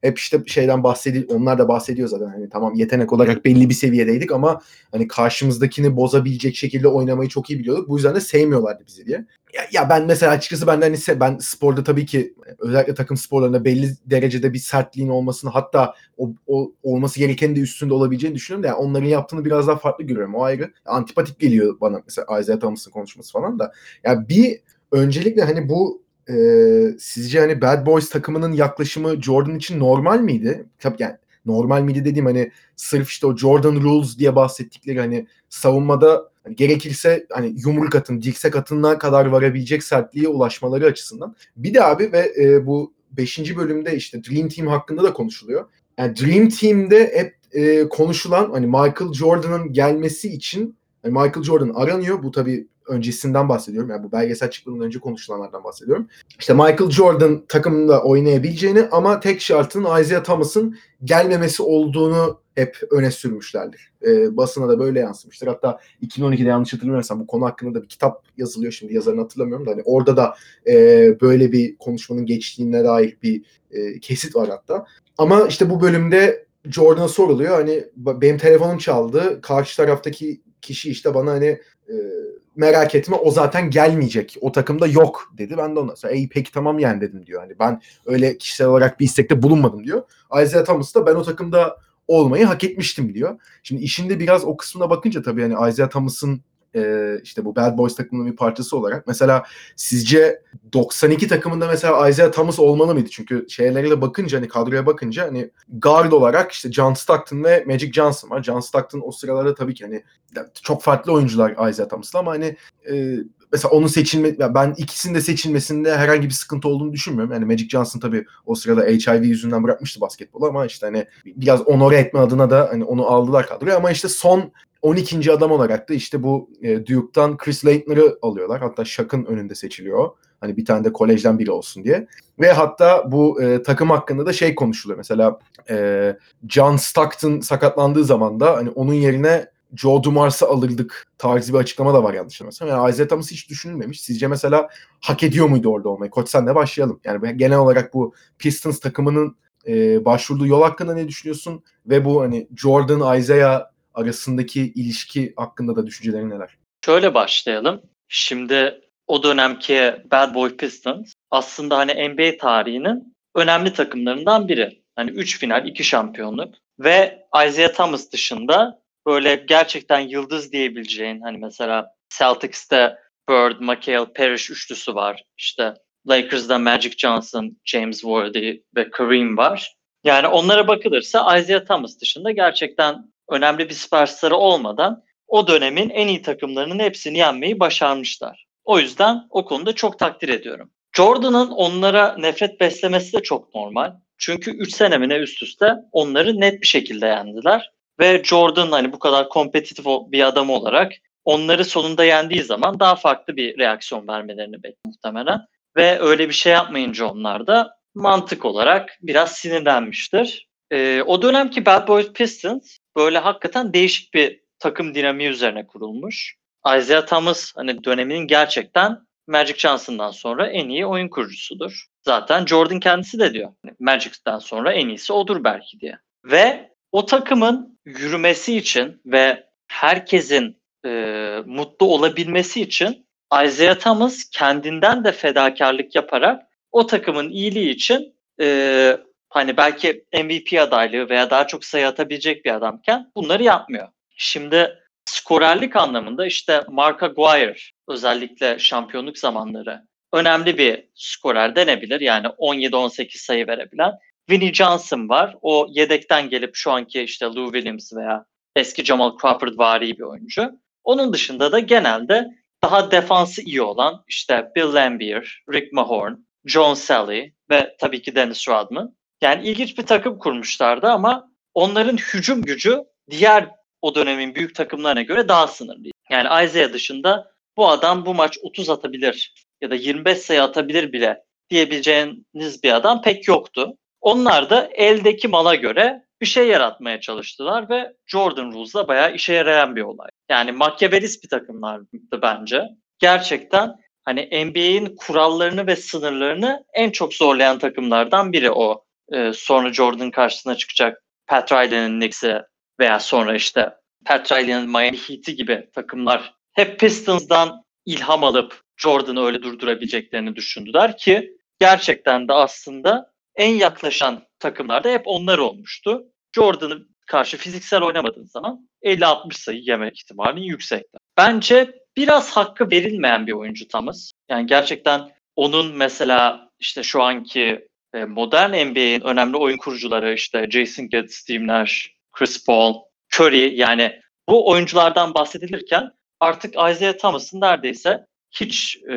hep işte şeyden bahsediyor. Onlar da bahsediyor zaten. Hani tamam yetenek olarak belli bir seviyedeydik ama hani karşımızdakini bozabilecek şekilde oynamayı çok iyi biliyorduk. Bu yüzden de sevmiyorlardı bizi diye. Ya, ya ben mesela açıkçası benden ise ben sporda tabii ki özellikle takım sporlarında belli derecede bir sertliğin olmasını hatta o, o olması gerekenin de üstünde olabileceğini düşünüyorum da yani onların yaptığını biraz daha farklı görüyorum. O ayrı. Antipatik geliyor bana mesela Isaiah Thomas'ın konuşması falan da. Ya yani bir öncelikle hani bu e, sizce hani Bad Boys takımının yaklaşımı Jordan için normal miydi? Tabii yani normal miydi dediğim hani sırf işte o Jordan Rules diye bahsettikleri hani savunmada hani gerekirse hani yumruk atın, dirsek atına kadar varabilecek sertliğe ulaşmaları açısından. Bir de abi ve e, bu beşinci bölümde işte Dream Team hakkında da konuşuluyor. Yani Dream Team'de hep e, konuşulan hani Michael Jordan'ın gelmesi için yani Michael Jordan aranıyor. Bu tabii öncesinden bahsediyorum. Yani bu belgesel çıktığından önce konuşulanlardan bahsediyorum. İşte Michael Jordan takımda oynayabileceğini ama tek şartının Isaiah Thomas'ın gelmemesi olduğunu hep öne sürmüşlerdir. E, basına da böyle yansımıştır. Hatta iki bin on ikide yanlış hatırlamıyorsam bu konu hakkında da bir kitap yazılıyor. Şimdi yazarını hatırlamıyorum da hani orada da e, böyle bir konuşmanın geçtiğine dair bir e, kesit var hatta. Ama işte bu bölümde Jordan'a soruluyor. Hani benim telefonum çaldı. Karşı taraftaki kişi işte bana hani e, merak etme o zaten gelmeyecek. O takımda yok dedi. Ben de ondan sonra ey peki tamam yani dedim diyor. Hani ben öyle kişisel olarak bir istekte bulunmadım diyor. Isaiah Thomas da ben o takımda olmayı hak etmiştim diyor. Şimdi işinde biraz o kısmına bakınca tabii yani Isaiah Thomas'ın e, işte bu Bad Boys takımının bir parçası olarak mesela sizce doksan iki takımında mesela Isaiah Thomas olmalı mıydı? Çünkü şeylerle bakınca hani kadroya bakınca hani guard olarak işte John Stockton ve Magic Johnson var. John Stockton o sıralarda tabii ki hani çok farklı oyuncular Isaiah Thomas'la ama hani e, mesela onun seçilme ben ikisinin de seçilmesinde herhangi bir sıkıntı olduğunu düşünmüyorum. Yani Magic Johnson tabii o sırada H I V yüzünden bırakmıştı basketbolu ama işte hani biraz onore etme adına da hani onu aldılar kadroya ama işte son on ikinci adam olarak da işte bu e, Duke'dan Chris Leitner'ı alıyorlar. Hatta Shaq'ın önünde seçiliyor. Hani bir tane de kolejden biri olsun diye. Ve hatta bu e, takım hakkında da şey konuşuluyor. Mesela e, John Stockton sakatlandığı zaman da hani onun yerine Joe Dumars'ı alırdık tarzı bir açıklama da var yanlış anlamıyorsam. Yani Isaiah Thomas hiç düşünülmemiş. Sizce mesela hak ediyor muydu orada olmayı? Koç senle başlayalım. Yani genel olarak bu Pistons takımının e, başvurduğu yol hakkında ne düşünüyorsun? Ve bu hani Jordan, Isaiah arasındaki ilişki hakkında da düşüncelerin neler? Şöyle başlayalım. Şimdi o dönemki Bad Boy Pistons aslında hani N B A tarihinin önemli takımlarından biri. Hani üç final, iki şampiyonluk ve Isaiah Thomas dışında böyle gerçekten yıldız diyebileceğin hani mesela Celtics'te Bird, McHale, Parrish üçlüsü var. İşte Lakers'da Magic Johnson, James Worthy ve Kareem var. Yani onlara bakılırsa Isaiah Thomas dışında gerçekten önemli bir süperstarı olmadan o dönemin en iyi takımlarının hepsini yenmeyi başarmışlar. O yüzden o konuda çok takdir ediyorum. Jordan'ın onlara nefret beslemesi de çok normal. Çünkü üç sene mi ne üst üste onları net bir şekilde yendiler. Ve Jordan hani bu kadar kompetitif bir adam olarak onları sonunda yendiği zaman daha farklı bir reaksiyon vermelerini bekliyor muhtemelen. Ve öyle bir şey yapmayınca onlar da mantık olarak biraz sinirlenmiştir. Ee, o dönemki Bad Boys Pistons böyle hakikaten değişik bir takım dinamiği üzerine kurulmuş. Isaiah Thomas hani döneminin gerçekten Magic Johnson'dan sonra en iyi oyun kurucusudur. Zaten Jordan kendisi de diyor. Magic'ten sonra en iyisi odur belki diye. Ve o takımın yürümesi için ve herkesin e, mutlu olabilmesi için Isaiah Thomas kendinden de fedakarlık yaparak o takımın iyiliği için e, hani belki M V P adaylığı veya daha çok sayı atabilecek bir adamken bunları yapmıyor. Şimdi skorerlik anlamında işte Mark Aguirre özellikle şampiyonluk zamanları önemli bir skorer denebilir. Yani on yedi on sekiz sayı verebilen. Vinnie Johnson var. O yedekten gelip şu anki işte Lou Williams veya eski Jamal Crawford vari bir oyuncu. Onun dışında da genelde daha defansı iyi olan işte Bill Laimbeer, Rick Mahorn, John Sally ve tabii ki Dennis Rodman. Yani ilginç bir takım kurmuşlardı ama onların hücum gücü diğer o dönemin büyük takımlarına göre daha sınırlı. Yani Isaiah dışında bu adam bu maç otuz atabilir ya da yirmi beş sayı atabilir bile diyebileceğiniz bir adam pek yoktu. Onlar da eldeki mala göre bir şey yaratmaya çalıştılar ve Jordan Rules'la bayağı işe yarayan bir olay. Yani makyavelist bir takımlardı bence. Gerçekten hani N B A'in kurallarını ve sınırlarını en çok zorlayan takımlardan biri o e, sonra Jordan'ın karşısına çıkacak Pat Riley'nin Knicks'i veya sonra işte Pat Riley'nin Miami Heat'i gibi takımlar hep Pistons'dan ilham alıp Jordan'ı öyle durdurabileceklerini düşündüler ki gerçekten de aslında en yaklaşan takımlarda hep onlar olmuştu. Jordan'ı karşı fiziksel oynamadığın zaman elli altmış sayı yeme ihtimalin yüksekti. Bence biraz hakkı verilmeyen bir oyuncu Thomas. Yani gerçekten onun mesela işte şu anki modern N B A'in önemli oyun kurucuları işte Jason Kidd, Steve Nash, Chris Paul, Curry, yani bu oyunculardan bahsedilirken artık Isaiah Thomas'ın neredeyse hiç e,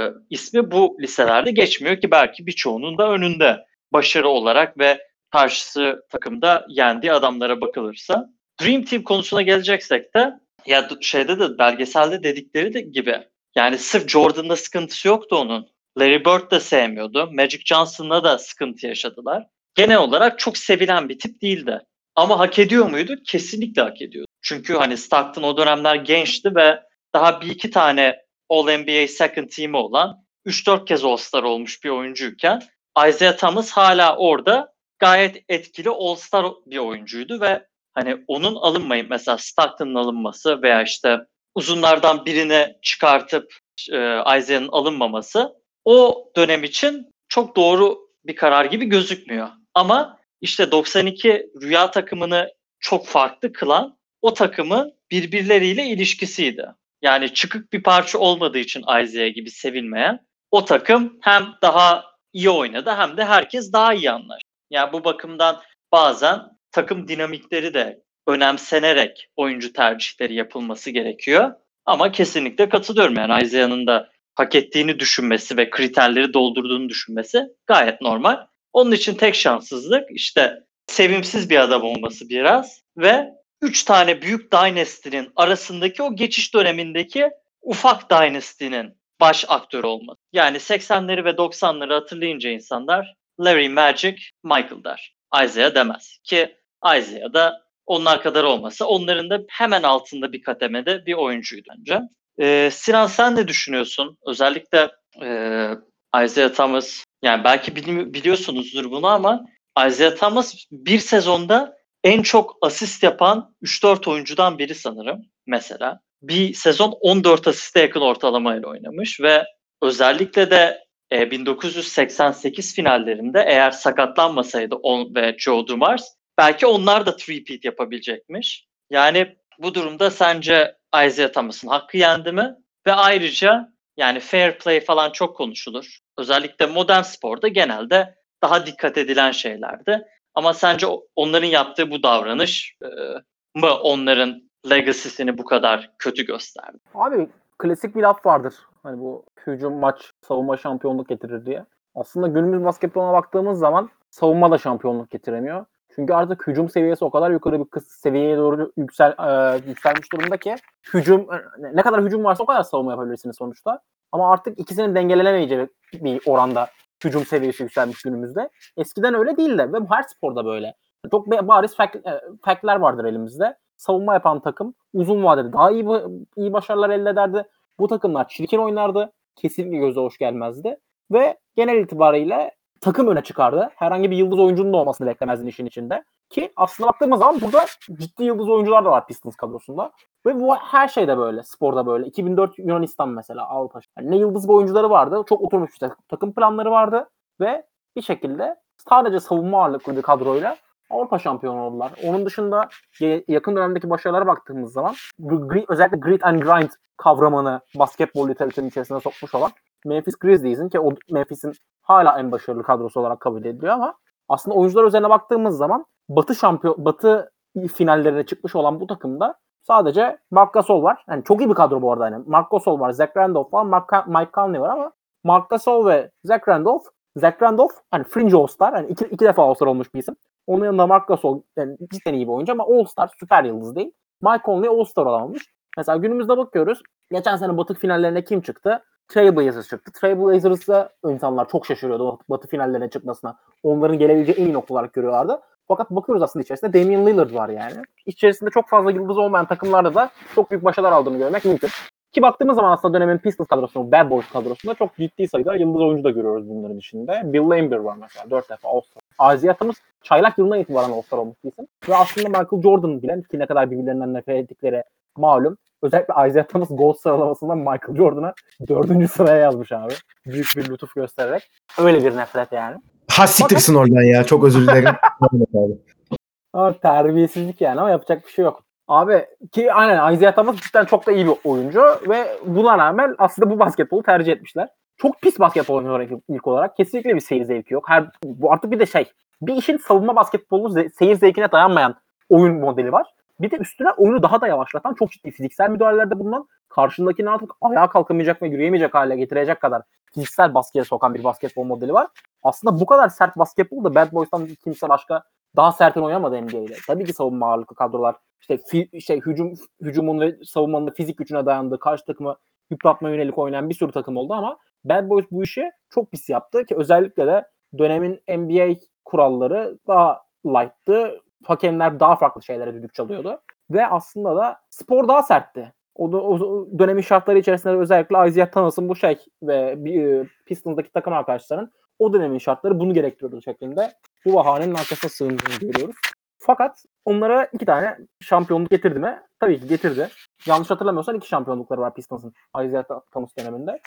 ismi bu liselerde geçmiyor ki belki birçoğunun da önünde başarı olarak ve karşısı takımda yendiği adamlara bakılırsa. Dream Team konusuna geleceksek de ya şeyde de belgeselde dedikleri de gibi yani sırf Jordan'da sıkıntısı yoktu onun. Larry Bird de sevmiyordu. Magic Johnson'la da sıkıntı yaşadılar. Genel olarak çok sevilen bir tip değildi. Ama hak ediyor muydu? Kesinlikle hak ediyordu. Çünkü hani Stockton o dönemler gençti ve daha bir iki tane All-N B A Second Team'i olan üç dört kez All-Star olmuş bir oyuncuyken Isaiah Thomas hala orada gayet etkili All-Star bir oyuncuydu ve hani onun alınmayıp mesela Stockton'ın alınması veya işte uzunlardan birini çıkartıp e, Isaiah'ın alınmaması o dönem için çok doğru bir karar gibi gözükmüyor. Ama işte doksan iki Rüya takımını çok farklı kılan o takımın birbirleriyle ilişkisiydi. Yani çıkık bir parça olmadığı için Isaiah gibi sevilmeyen o takım hem daha iyi oynadı hem de herkes daha iyi anlaştı. Yani bu bakımdan bazen takım dinamikleri de önemsenerek oyuncu tercihleri yapılması gerekiyor. Ama kesinlikle katılıyorum. Yani Isaiah'nın da hak ettiğini düşünmesi ve kriterleri doldurduğunu düşünmesi gayet normal. Onun için tek şanssızlık işte sevimsiz bir adam olması biraz ve üç tane büyük dynasty'nin arasındaki o geçiş dönemindeki ufak dynasty'nin baş aktörü olması. Yani seksenleri ve doksanları hatırlayınca insanlar Larry, Magic, Michael der. Isaiah demez ki Isaiah da onlar kadar olmasa onların da hemen altında bir kademede bir oyuncuydu bence. Ee, Sinan sen ne düşünüyorsun? Özellikle e, Isaiah Thomas, yani belki bili- biliyorsunuzdur bunu ama Isaiah Thomas bir sezonda en çok asist yapan üç dört oyuncudan biri sanırım mesela. Bir sezon on dört asiste yakın ortalamayla oynamış ve özellikle de e, bin dokuz yüz seksen sekiz finallerinde eğer sakatlanmasaydı on ve Joe Dumars belki onlar da three-peat yapabilecekmiş. Yani bu durumda sence Isaiah Thomas'ın hakkı yendi mi? Ve ayrıca yani fair play falan çok konuşulur. Özellikle modern sporda genelde daha dikkat edilen şeylerdi. Ama sence onların yaptığı bu davranış e, mı onların legacy'sini bu kadar kötü gösterdi? Abi klasik bir laf vardır. Hani bu hücum maç savunma şampiyonluk getirir diye. Aslında günümüz basketboluna baktığımız zaman savunma da şampiyonluk getiremiyor. Çünkü artık hücum seviyesi o kadar yukarı bir seviyeye doğru yüksel, e, yükselmiş durumda ki hücum ne kadar hücum varsa o kadar savunma yapabilirsiniz sonuçta. Ama artık ikisinin dengelenemeyeceği bir oranda hücum seviyesi yükselmiş günümüzde. Eskiden öyle değildi ve bu her sporda böyle. Çok bariz faktler vardır elimizde. Savunma yapan takım uzun vadede daha iyi iyi başarılar elde ederdi. Bu takımlar çirkin oynardı. Kesinlikle göze hoş gelmezdi. Ve genel itibariyle takım öne çıkardı. Herhangi bir yıldız oyuncunun da olmasını beklemezdin işin içinde. Ki aslına baktığımız zaman burada ciddi yıldız oyuncular da var Pistons kadrosunda. Ve bu her şeyde böyle. Sporda böyle. iki bin dört Yunanistan mesela Avrupa. Yani ne yıldız bir oyuncuları vardı. Çok oturmuş bir takım planları vardı. Ve bir şekilde sadece savunma ağırlıklı bir kadroyla Avrupa şampiyonu oldular. Onun dışında yakın dönemdeki başarılara baktığımız zaman özellikle grit and grind kavramını basketbol literatürünün içerisine sokmuş olan Memphis Grizzlies'in ki o Memphis'in hala en başarılı kadrosu olarak kabul ediliyor ama aslında oyuncular üzerine baktığımız zaman Batı şampiyon Batı finallerine çıkmış olan bu takımda sadece Marc Gasol var. Yani çok iyi bir kadro bu arada. Yani Marc Gasol var, Zach Randolph var, Mark, Mike Conley var ama Marc Gasol ve Zach Randolph Zach Randolph hani fringe All-Star. Yani iki, iki defa All-Star olmuş bir isim. Onun yanında Marc Gasol yani cidden iyi bir oyuncu ama All-Star süper yıldız değil. Mike Conley All-Star olamamış. Mesela günümüzde bakıyoruz. Geçen sene Batı finallerine kim çıktı? Trailblazers çıktı. Trailblazers'da insanlar çok şaşırıyordu Batı finallerine çıkmasına. Onların gelebileceği en iyi nokta olarak görüyorlardı. Fakat bakıyoruz aslında içerisinde Damian Lillard var yani. İçerisinde çok fazla yıldız olmayan takımlarda da çok büyük başarılar aldığını görmek mümkün. Ki baktığımız zaman aslında dönemin Pistons kadrosunda, Bad Boys kadrosunda çok ciddi sayıda yıldız oyuncu da görüyoruz bunların içinde. Bill Laimbeer var mesela. Dört defa All-Star. Isaiah Thomas çaylak yılından itibaren All-Star olmuş bir isim. Ve aslında Michael Jordan bilen ki ne kadar birbirlerinden nefret ettikleri malum. Özellikle Isaiah Thomas Gold sıralamasında Michael Jordan'ı dördüncü sıraya yazmış abi. Büyük bir lütuf göstererek. Öyle bir nefret yani. Ha siktirsin oradan ya. Çok özür dilerim. Ama terbiyesizlik yani ama yapacak bir şey yok. Abi ki aynen Isaiah Thomas cidden çok da iyi bir oyuncu ve buna rağmen aslında bu basketbolu tercih etmişler. Çok pis basketbol oynuyorlar ilk olarak. Kesinlikle bir seyir zevki yok. Her, bu artık bir de şey, bir işin savunma basketbolu ze- seyir zevkine dayanmayan oyun modeli var. Bir de üstüne oyunu daha da yavaşlatan çok ciddi fiziksel müdahalelerde bulunan, karşındakini artık ayağa kalkamayacak ve yürüyemeyecek hale getirecek kadar fiziksel baskıya sokan bir basketbol modeli var. Aslında bu kadar sert basketbol da Bad Boys'tan kimse başka daha sertten oynamadı N B A'de. Tabii ki savunma ağırlıklı kadrolar işte fi, şey hücum hücumun ve savunmanın da fizik gücüne dayandığı, karşı takımı yıpratma yönelik oynayan bir sürü takım oldu ama Bad Boys bu işi çok pis yaptı ki özellikle de dönemin N B A kuralları daha light'tı. Hakemler daha farklı şeylere düdük çalıyordu. Ve aslında da spor daha sertti. O, da, o dönemin şartları içerisinde özellikle Isaiah Thomas'ın bu şey ve e, Pistons'daki takım arkadaşlarının o dönemin şartları bunu gerektiriyordu şeklinde bu bahanenin arkasına sığındığını görüyoruz. Fakat onlara iki tane şampiyonluk getirdi mi? Tabii ki getirdi. Yanlış hatırlamıyorsam iki şampiyonlukları var Pistons'ın Isaiah Thomas döneminde.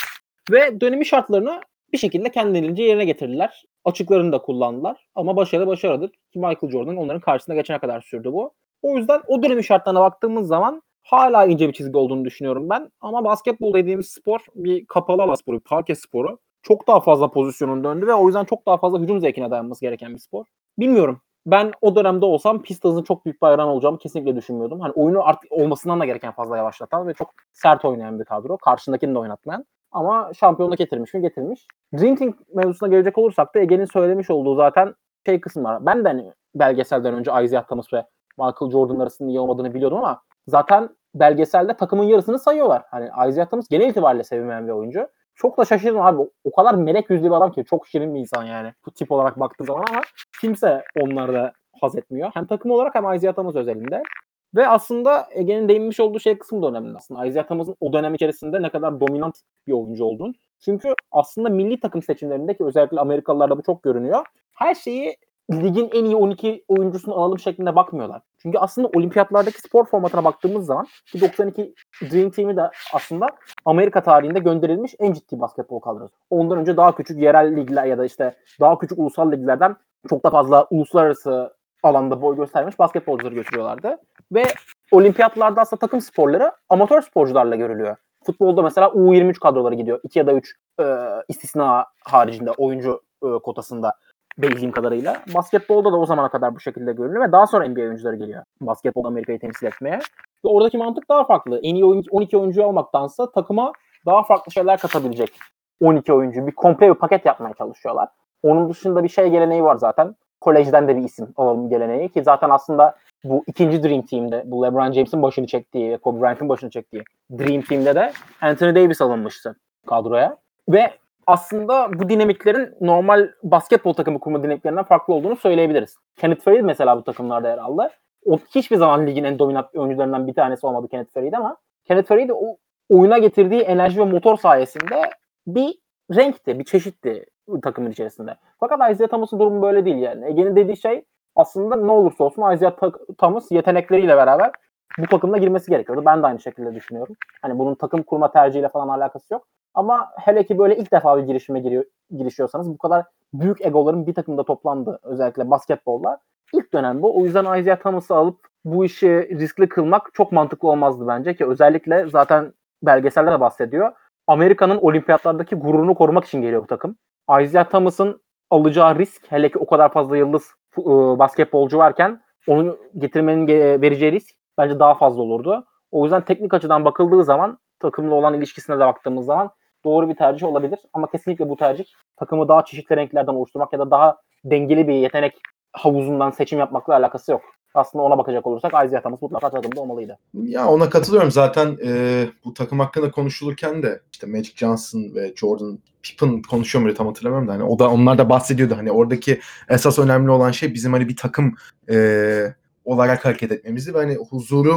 Ve dönemin şartlarını bir şekilde kendilerince yerine getirdiler. Açıklarını da kullandılar. Ama başarı başarıdır. Ki Michael Jordan onların karşısına geçene kadar sürdü bu. O yüzden o dönemin şartlarına baktığımız zaman hala ince bir çizgi olduğunu düşünüyorum ben. Ama basketbol dediğimiz spor bir kapalı alan sporu, parke sporu. Çok daha fazla pozisyonun döndü ve o yüzden çok daha fazla hücum zevkine dayanması gereken bir spor. Bilmiyorum. Ben o dönemde olsam Pistons'ın çok büyük bir hayran olacağımı kesinlikle düşünmüyordum. Hani oyunu artık olmasından da gereken fazla yavaşlatan ve çok sert oynayan bir kadro. Karşındakini de oynatmayan. Ama şampiyonluk getirmiş mi? Getirmiş. Dream Team mevzusuna gelecek olursak da Ege'nin söylemiş olduğu zaten şey kısım var. Ben de hani belgeselden önce Isaiah Thomas ve Michael Jordan arasında iyi olmadığını biliyordum ama zaten belgeselde takımın yarısını sayıyorlar. Hani Isaiah Thomas genel itibariyle sevilmeyen bir oyuncu. Çok da şaşırdım abi. O kadar melek yüzlü bir adam ki. Çok şirin bir insan yani. Bu tip olarak baktığı zaman ama kimse onlarda haz etmiyor. Hem takım olarak hem Isaiah Thomas özelinde. Ve aslında Ege'nin değinmiş olduğu şey kısmı da önemli aslında. Isaiah Thomas'ın o dönem içerisinde ne kadar dominant bir oyuncu olduğunu. Çünkü aslında milli takım seçimlerindeki özellikle Amerikalılarda bu çok görünüyor. Her şeyi ligin en iyi on iki oyuncusunu alalım şeklinde bakmıyorlar. Çünkü aslında olimpiyatlardaki spor formatına baktığımız zaman ki doksan iki Dream Team'i de aslında Amerika tarihinde gönderilmiş en ciddi basketbol kadrosu. Ondan önce daha küçük yerel ligler ya da işte daha küçük ulusal liglerden çok da fazla uluslararası alanda boy göstermiş basketbolcuları götürüyorlardı. Ve olimpiyatlarda aslında takım sporları amatör sporcularla görülüyor. Futbolda mesela U yirmi üç kadroları gidiyor. iki ya da üç e, istisna haricinde oyuncu e, kotasında bildiğim kadarıyla. Basketbolda da o zamana kadar bu şekilde görünüyor ve daha sonra N B A oyuncuları geliyor. Basketbol Amerika'yı temsil etmeye. Ve oradaki mantık daha farklı. En iyi oyun, on iki oyuncuyu almaktansa takıma daha farklı şeyler katabilecek on iki oyuncu. Bir komple bir paket yapmaya çalışıyorlar. Onun dışında bir şey geleneği var zaten. Kolejden de bir isim alalım geleneği ki zaten aslında bu ikinci Dream Team'de bu LeBron James'in başını çektiği, Kobe Bryant'ın başını çektiği Dream Team'de de Anthony Davis alınmıştı kadroya. Ve aslında bu dinamiklerin normal basketbol takımı kurma dinamiklerinden farklı olduğunu söyleyebiliriz. Kenneth Farid mesela bu takımlarda yer aldı. O hiçbir zaman ligin en dominant oyuncularından bir tanesi olmadı Kenneth Farid ama Kenneth Farid o oyuna getirdiği enerji ve motor sayesinde bir renkti, bir çeşitti takımın içerisinde. Fakat Isaiah Thomas'ın durumu böyle değil yani. Ege'nin dediği şey aslında ne olursa olsun Isaiah Thomas yetenekleriyle beraber bu takımda girmesi gerekiyordu. Ben de aynı şekilde düşünüyorum. Hani bunun takım kurma tercihiyle falan alakası yok. Ama hele ki böyle ilk defa bir girişime giriyor, girişiyorsanız bu kadar büyük egoların bir takımda toplandığı özellikle basketbolda ilk dönem bu. O yüzden Isaiah Thomas'ı alıp bu işi riskli kılmak çok mantıklı olmazdı bence ki özellikle zaten belgeselde de bahsediyor. Amerika'nın olimpiyatlardaki gururunu korumak için geliyor bu takım. Isaiah Thomas'ın alacağı risk hele ki o kadar fazla yıldız e, basketbolcu varken onu getirmenin ge- vereceği risk bence daha fazla olurdu. O yüzden teknik açıdan bakıldığı zaman takımla olan ilişkisine de baktığımız zaman doğru bir tercih olabilir. Ama kesinlikle bu tercih takımı daha çeşitli renklerden oluşturmak ya da daha dengeli bir yetenek havuzundan seçim yapmakla alakası yok. Aslında ona bakacak olursak Isaiah Thomas mutlaka takımda olmalıydı. Ya ona katılıyorum zaten e, bu takım hakkında konuşulurken de işte Magic Johnson ve Jordan Pippen konuşuyor muydu tam hatırlamıyorum da hani o da onlar da bahsediyordu hani oradaki esas önemli olan şey bizim hani bir takım e, olarak hareket etmemizi ve hani huzuru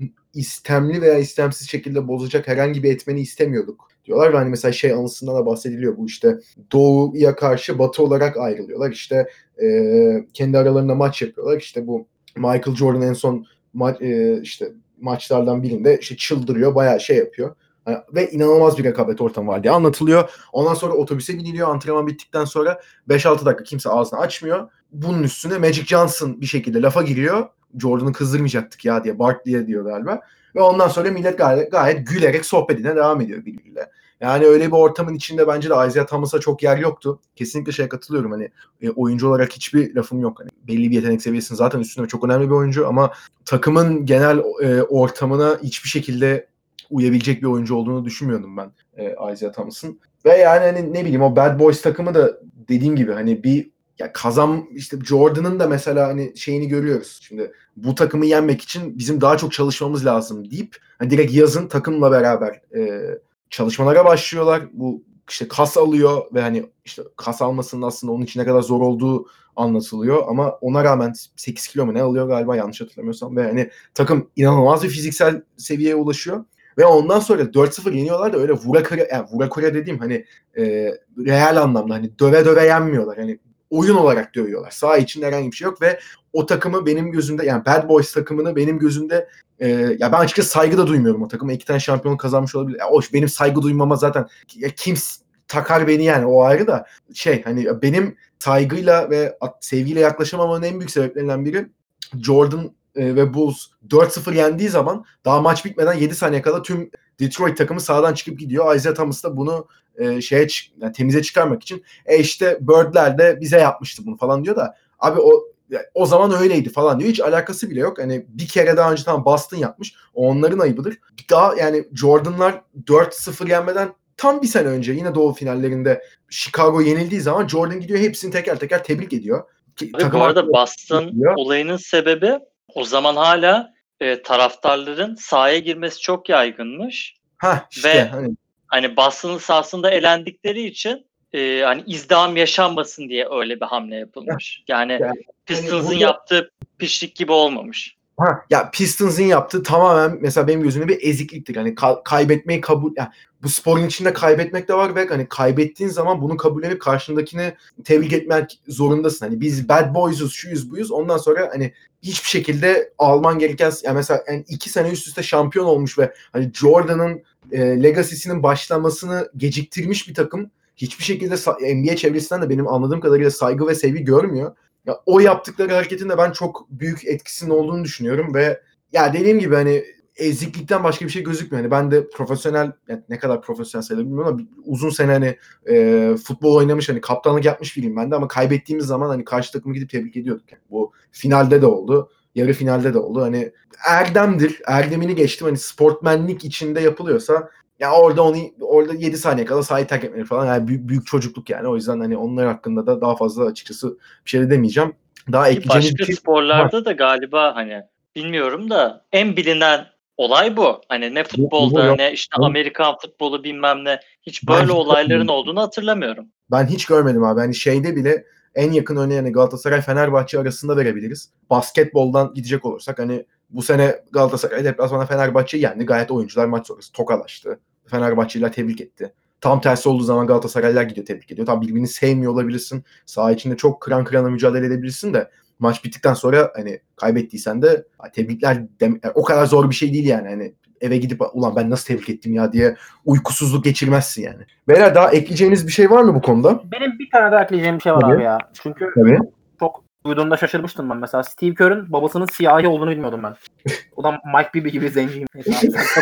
istemli veya istemsiz şekilde bozacak herhangi bir etmeni istemiyorduk diyorlar ve hani mesela şey anısından da bahsediliyor, bu işte Doğu'ya karşı Batı olarak ayrılıyorlar, işte e, kendi aralarında maç yapıyorlar, işte bu Michael Jordan en son ma- e, işte maçlardan birinde işte çıldırıyor, bayağı şey yapıyor. Yani, ve inanılmaz bir rekabet ortamı var diye anlatılıyor. Ondan sonra otobüse biniliyor. Antrenman bittikten sonra beş altı dakika kimse ağzını açmıyor. Bunun üstüne Magic Johnson bir şekilde lafa giriyor. Jordan'ı kızdırmayacaktık ya diye. Bart diye diyor galiba. Ve ondan sonra millet gayet, gayet gülerek sohbetine devam ediyor birbiriyle. Yani öyle bir ortamın içinde bence de Isaiah Thomas'a çok yer yoktu. Kesinlikle şeye katılıyorum, hani e, oyuncu olarak hiçbir lafım yok. Hani belli bir yetenek seviyesinin zaten üstünde, çok önemli bir oyuncu ama takımın genel e, ortamına hiçbir şekilde uyabilecek bir oyuncu olduğunu düşünmüyordum ben e, Isaiah Thomas'ın. Ve yani hani ne bileyim, o Bad Boys takımı da dediğim gibi hani bir ya kazan, işte Jordan'ın da mesela hani şeyini görüyoruz. Şimdi bu takımı yenmek için bizim daha çok çalışmamız lazım deyip hani direkt yazın takımla beraber e, çalışmalara başlıyorlar. Bu işte kas alıyor ve hani işte kas almasının aslında onun için ne kadar zor olduğu anlatılıyor ama ona rağmen sekiz kilo mu ne alıyor galiba, yanlış hatırlamıyorsam, ve hani takım inanılmaz bir fiziksel seviyeye ulaşıyor. Ve ondan sonra dört sıfır yeniyorlar da öyle vura kıra, yani vura kıra dediğim hani e, real anlamda hani döve döve yenmiyorlar. Hani oyun olarak dövüyorlar. Saha içinde herhangi bir şey yok ve o takımı benim gözümde, yani Bad Boys takımını benim gözümde e, ya ben açıkçası saygı da duymuyorum o takıma. İki tane şampiyonluk kazanmış olabilir. Ya, o benim saygı duymama zaten ya, kim takar beni yani, o ayrı da şey, hani benim saygıyla ve sevgiyle yaklaşamamamın en büyük sebeplerinden biri Jordan e, ve Bulls dört sıfır yendiği zaman daha maç bitmeden yedi saniye kala tüm Detroit takımı sahadan çıkıp gidiyor. Isaiah Thomas da bunu e, şeye yani temize çıkarmak için e işte Bird'ler de bize yapmıştı bunu falan diyor da abi o o zaman öyleydi falan diyor. Hiç alakası bile yok. Hani bir kere daha önce tamam Boston yapmış. O onların ayıbıdır. Daha yani Jordan'lar dört sıfır yenmeden tam bir sene önce yine Doğu finallerinde Chicago yenildiği zaman Jordan gidiyor hepsini teker teker tebrik ediyor. Ve bu arada Boston olayının sebebi o zaman hala e, taraftarların sahaya girmesi çok yaygınmış. Ha işte ve hani hani Boston'ın sahasında elendikleri için e, hani izdiham yaşanmasın diye öyle bir hamle yapılmış. Yani, yani Pistons'ın burada, yaptığı pişlik gibi olmamış. Ha, ya Pistons'ın yaptığı tamamen mesela benim gözümde bir ezikliktir. Hani ka- kaybetmeyi kabul, yani bu sporun içinde kaybetmek de var ve hani kaybettiğin zaman bunu kabullenip karşındakini tebrik etmek zorundasın. Hani biz bad boys'uz, şuyuz, buyuz. Ondan sonra hani hiçbir şekilde alman gereken, yani mesela yani iki sene üst üste şampiyon olmuş ve hani Jordan'ın e, legacy'sinin başlamasını geciktirmiş bir takım hiçbir şekilde N B A çevresinden de benim anladığım kadarıyla saygı ve sevgi görmüyor. Ya, o yaptıkları hareketin de ben çok büyük etkisinin olduğunu düşünüyorum ve ya dediğim gibi hani eziklikten başka bir şey gözükmüyor. Hani ben de profesyonel, yani ne kadar profesyonel sayılır bilmiyorum ama uzun sene hani e, futbol oynamış, hani kaptanlık yapmış biriyim ben de ama kaybettiğimiz zaman hani karşı takımı gidip tebrik ediyorduk. Yani bu finalde de oldu. Yarı finalde de oldu. Hani erdemdir. Erdemini geçtim. Hani sportmenlik içinde yapılıyorsa ya orada onu orada yedi saniye kala sahayı terk etmeleri falan yani büyük, büyük çocukluk yani. O yüzden hani onlar hakkında da daha fazla açıkçası bir şey de demeyeceğim. Daha Ki ekleyeceğiniz bir başka şey sporlarda var. da galiba hani bilmiyorum da en bilinen olay bu. Hani ne Bu, bu, bu futbolda yok. ne işte Ben, Amerikan futbolu bilmem ne hiç ben böyle hiç olayların görmedim. olduğunu hatırlamıyorum. Ben hiç görmedim abi. Hani şeyde bile en yakın örneği hani Galatasaray Fenerbahçe arasında verebiliriz. Basketboldan gidecek olursak hani bu sene Galatasaray deplasmana Fenerbahçe'yi yendi. Gayet oyuncular maç sonrası tokalaştı. Fenerbahçeliler tebrik etti. Tam tersi olduğu zaman Galatasaraylılar gidiyor tebrik ediyor. Tam birbirini sevmiyor olabilirsin. Saha içinde çok kıran kırana mücadele edebilirsin de maç bittikten sonra hani kaybettiysen de tebrikler dem- yani o kadar zor bir şey değil yani. Hani eve gidip ulan ben nasıl tebrik ettim ya diye uykusuzluk geçirmezsin yani. Beyler daha ekleyeceğiniz bir şey var mı bu konuda? Benim bir tane daha ekleyeceğim bir şey var Tabii. abi ya. Çünkü Tabii. çok duyduğumda şaşırmıştım ben. Mesela Steve Kerr'ün babasının siyahi olduğunu bilmiyordum ben. O da Mike Bibby gibi zenciyim. Neyse abi sen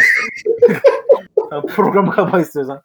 kap- programı kapa istiyorsan.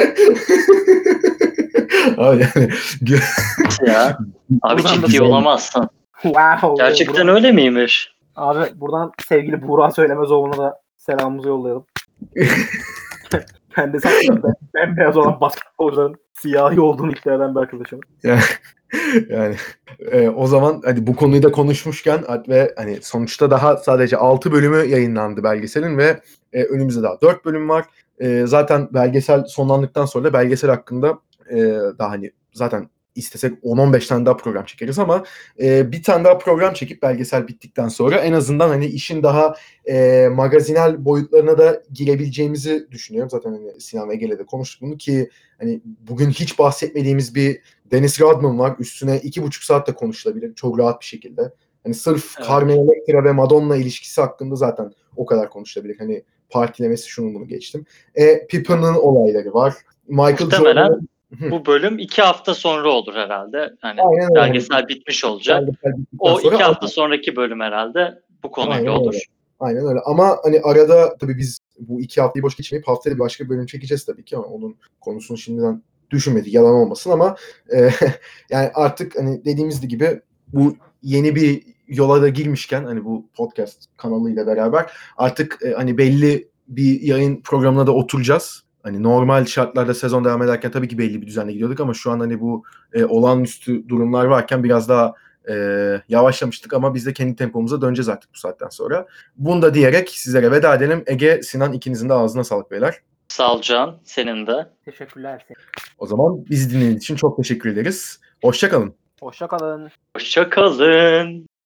Abi yani Ya abi Buradan da ciddi güzel. olamazsın. wow. Gerçekten Buradan, öyle miymiş? abi buradan sevgili Buğra Söylemezoğlu'na da selamımızı yollayalım. Kendisi hakkında bembeyaz olan basketbolcuların siyahi olduğunu iddia eden bir arkadaşım. Yani, yani e, o zaman hadi bu konuyu da konuşmuşken ve hani sonuçta daha sadece altı bölümü yayınlandı belgeselin ve e, önümüzde daha dört bölüm var. E, zaten belgesel sonlandıktan sonra da belgesel hakkında e, daha hani zaten istesek on on beş tane daha program çekeriz ama e, bir tane daha program çekip belgesel bittikten sonra en azından hani işin daha e, magazinel boyutlarına da girebileceğimizi düşünüyorum. Zaten hani Sinan ve Ege'yle de konuştuk bunu ki hani bugün hiç bahsetmediğimiz bir Dennis Rodman var. Üstüne iki buçuk saatte konuşulabilir. Çok rahat bir şekilde. Hani sırf Evet. Carmen Electra ve Madonna ilişkisi hakkında zaten o kadar konuşulabilir. Hani partilemesi şunu bunu geçtim. E, Pippen'ın olayları var. Michael Muhtemelen Jordan'ın bu bölüm iki hafta sonra olur herhalde. Hani Aynen öyle. belgesel bitmiş olacak. belgesel bittikten O sonra iki hafta ama- sonraki bölüm herhalde bu konuyla Aynen olur. öyle. Aynen öyle. Ama hani arada tabii biz bu iki haftayı boş geçmeyip haftaya bir başka bir bölüm çekeceğiz tabii ki ama onun konusunu şimdiden düşünmedik. Yalan olmasın ama e, yani artık hani dediğimiz gibi bu yeni bir yola da girmişken hani bu podcast kanalıyla beraber artık e, hani belli bir yayın programına da oturacağız. Hani normal şartlarda sezon devam ederken tabii ki belli bir düzenle gidiyorduk ama şu an hani bu e, olağanüstü durumlar varken biraz daha e, yavaşlamıştık ama biz de kendi tempomuza döneceğiz artık bu saatten sonra. Bunu da diyerek sizlere veda edelim. Ege, Sinan ikinizin de ağzına sağlık beyler. Sağ ol Can, senin de. Teşekkürler. O zaman bizi dinlediğiniz için çok teşekkür ederiz. Hoşça kalın. Hoşça kalın. Hoşça kalın.